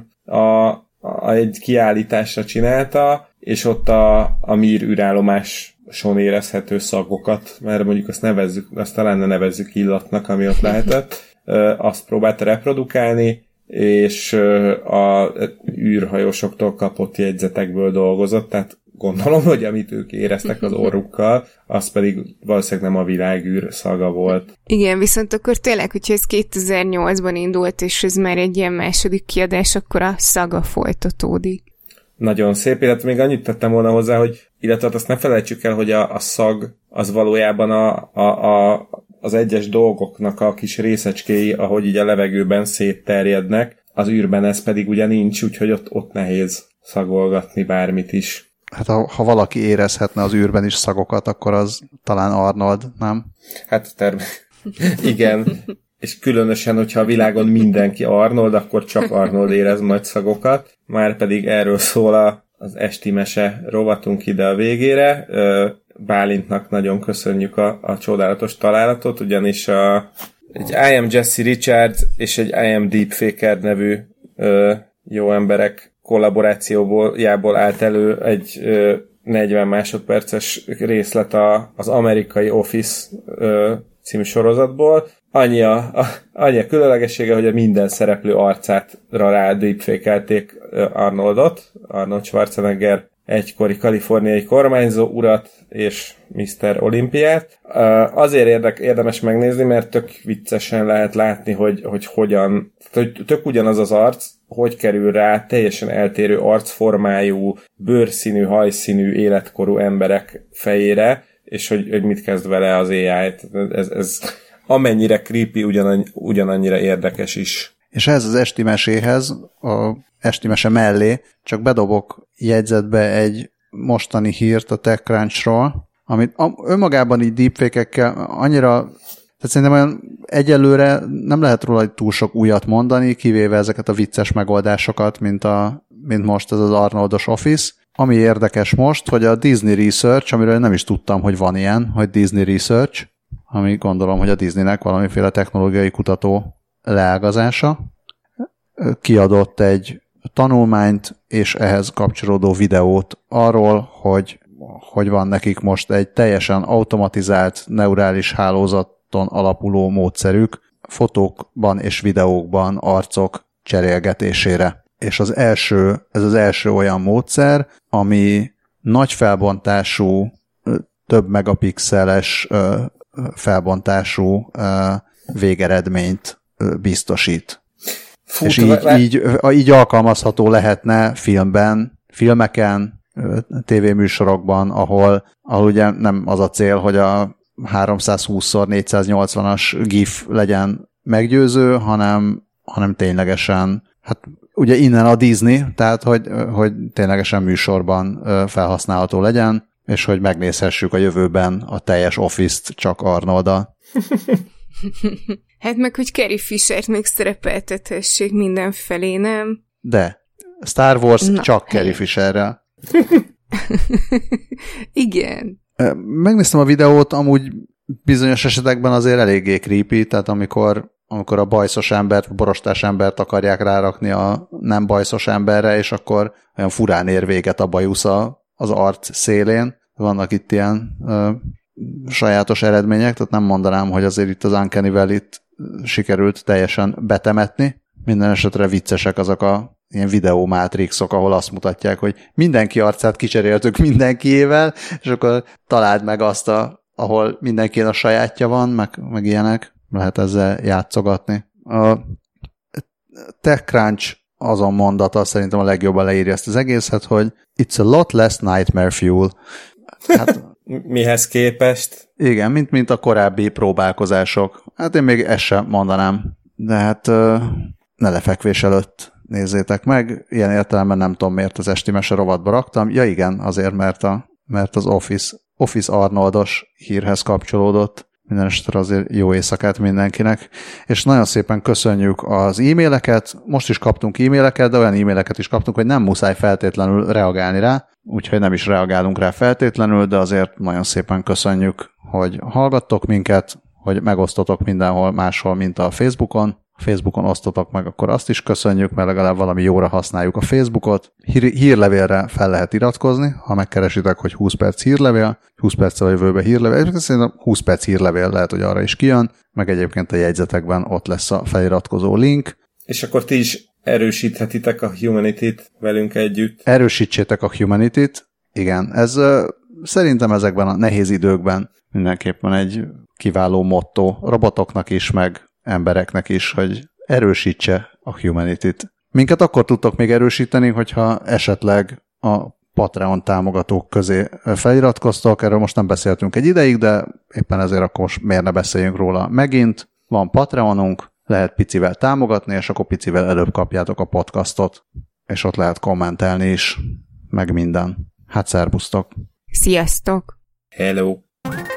egy kiállításra csinálta, és ott a Mir űrállomáson érezhető szagokat, mert mondjuk azt talán ne nevezzük illatnak, ami ott lehetett, azt próbálta reprodukálni, és a űrhajósoktól kapott jegyzetekből dolgozott, tehát gondolom, hogy amit ők éreztek az orrukkal, az pedig valószínűleg nem a világűr szaga volt. Igen, viszont akkor tényleg, hogyha ez 2008-ban indult, és ez már egy ilyen második kiadás, akkor a szaga folytatódik. Nagyon szép, illetve még annyit tettem volna hozzá, hogy illetve azt ne felejtsük el, hogy a szag az valójában az egyes dolgoknak a kis részecskéi, ahogy így a levegőben szétterjednek, az űrben ez pedig ugye nincs, úgyhogy ott nehéz szagolgatni bármit is. Hát ha valaki érezhetne az űrben is szagokat, akkor az talán Arnold, nem? Hát igen, és különösen, hogyha a világon mindenki Arnold, akkor csak Arnold érez nagy szagokat. Már pedig erről szól az esti mese rovatunk ide a végére. Bálintnak nagyon köszönjük a csodálatos találatot, ugyanis egy I Am Jesse Richards és egy I Am Deepfaker nevű jó emberek kollaborációjából állt elő egy 40 másodperces részlet az amerikai Office című sorozatból. Annyi a különlegessége, hogy a minden szereplő arcára rá deepfake-elték Arnold Schwarzenegger egykori kaliforniai kormányzó urat és Mr. Olympiát. Azért érdemes megnézni, mert tök viccesen lehet látni, hogy hogyan, tök ugyanaz az arc, hogy kerül rá teljesen eltérő arcformájú, bőrszínű, hajszínű, életkorú emberek fejére, és hogy mit kezd vele az AI. Ez amennyire creepy, ugyanannyira érdekes is. És ez az esti meséhez, a esti mese mellé csak bedobok jegyzetbe egy mostani hírt a TechCrunchról, amit önmagában így deepfake-ekkel annyira, tehát szerintem olyan egyelőre nem lehet róla túl sok újat mondani, kivéve ezeket a vicces megoldásokat, mint most ez az Arnoldos Office. Ami érdekes most, hogy a Disney Research, amiről nem is tudtam, hogy van ilyen, hogy Disney Research, ami gondolom, hogy a Disneynek valamiféle technológiai kutató leágazása, kiadott egy tanulmányt és ehhez kapcsolódó videót arról, hogy van nekik most egy teljesen automatizált neurális hálózaton alapuló módszerük fotókban és videókban arcok cserélgetésére. És ez az első olyan módszer, ami nagy felbontású, több megapixeles felbontású végeredményt biztosít. És így alkalmazható lehetne filmeken, tévéműsorokban, ahol ugye nem az a cél, hogy a 320x480-as GIF legyen meggyőző, hanem ténylegesen, hát ugye innen a Disney, tehát hogy ténylegesen műsorban felhasználható legyen, és hogy megnézhessük a jövőben a teljes Office-t csak Arnolddal. Hát meg, hogy Carrie Fishert még szerepeltethessék mindenfelé, nem? De Star Wars csak Carrie Fisherrel. Igen. Megnéztem a videót, amúgy bizonyos esetekben azért eléggé creepy, tehát amikor a bajszos embert, borostás embert akarják rárakni a nem bajszos emberre, és akkor olyan furán ér véget a bajusz az arc szélén. Vannak itt ilyen sajátos eredmények, tehát nem mondanám, hogy azért itt az Uncanny Valley-t sikerült teljesen betemetni. Minden esetre viccesek azok a ilyen videómátrixok, ahol azt mutatják, hogy mindenki arcát kicseréltük mindenkiével, és akkor találd meg azt, ahol mindenkinek a sajátja van, meg ilyenek. Lehet ezzel játszogatni. A TechCrunch azon mondata szerintem a legjobban leírja ezt az egészet, hogy it's a lot less nightmare fuel. Hát, mihez képest? Igen, mint a korábbi próbálkozások. Hát én még ezt sem mondanám, de hát ne lefekvés előtt nézzétek meg. Ilyen értelemben nem tudom, miért az esti mese rovatba raktam. Ja igen, azért, mert az Office Arnoldos hírhez kapcsolódott. Minden esetre azért jó éjszakát mindenkinek. És nagyon szépen köszönjük az e-maileket. Most is kaptunk e-maileket, de olyan e-maileket is kaptunk, hogy nem muszáj feltétlenül reagálni rá, úgyhogy nem is reagálunk rá feltétlenül, de azért nagyon szépen köszönjük, hogy hallgattok minket, hogy megosztotok mindenhol máshol, mint a Facebookon. A Facebookon osztotok meg, akkor azt is köszönjük, mert legalább valami jóra használjuk a Facebookot. Hírlevélre fel lehet iratkozni, ha megkeresitek, hogy 20 perc hírlevél, 20 perccel a jövőbe hírlevél, szerintem 20 perc hírlevél lehet, hogy arra is kijön, meg egyébként a jegyzetekben ott lesz a feliratkozó link. És akkor ti is erősíthetitek a Humanity-t velünk együtt. Erősítsétek a Humanity-t, igen. Ez szerintem ezekben a nehéz időkben mindenképpen egy kiváló motto robotoknak is, meg embereknek is, hogy erősítse a Humanity-t. Minket akkor tudtok még erősíteni, hogyha esetleg a Patreon támogatók közé feliratkoztok. Erről most nem beszéltünk egy ideig, de éppen ezért akkor most miért ne beszéljünk róla megint. Van Patreonunk, lehet picivel támogatni, és akkor picivel előbb kapjátok a podcastot, és ott lehet kommentelni is, meg minden. Hát szerbusztok! Sziasztok! Hello!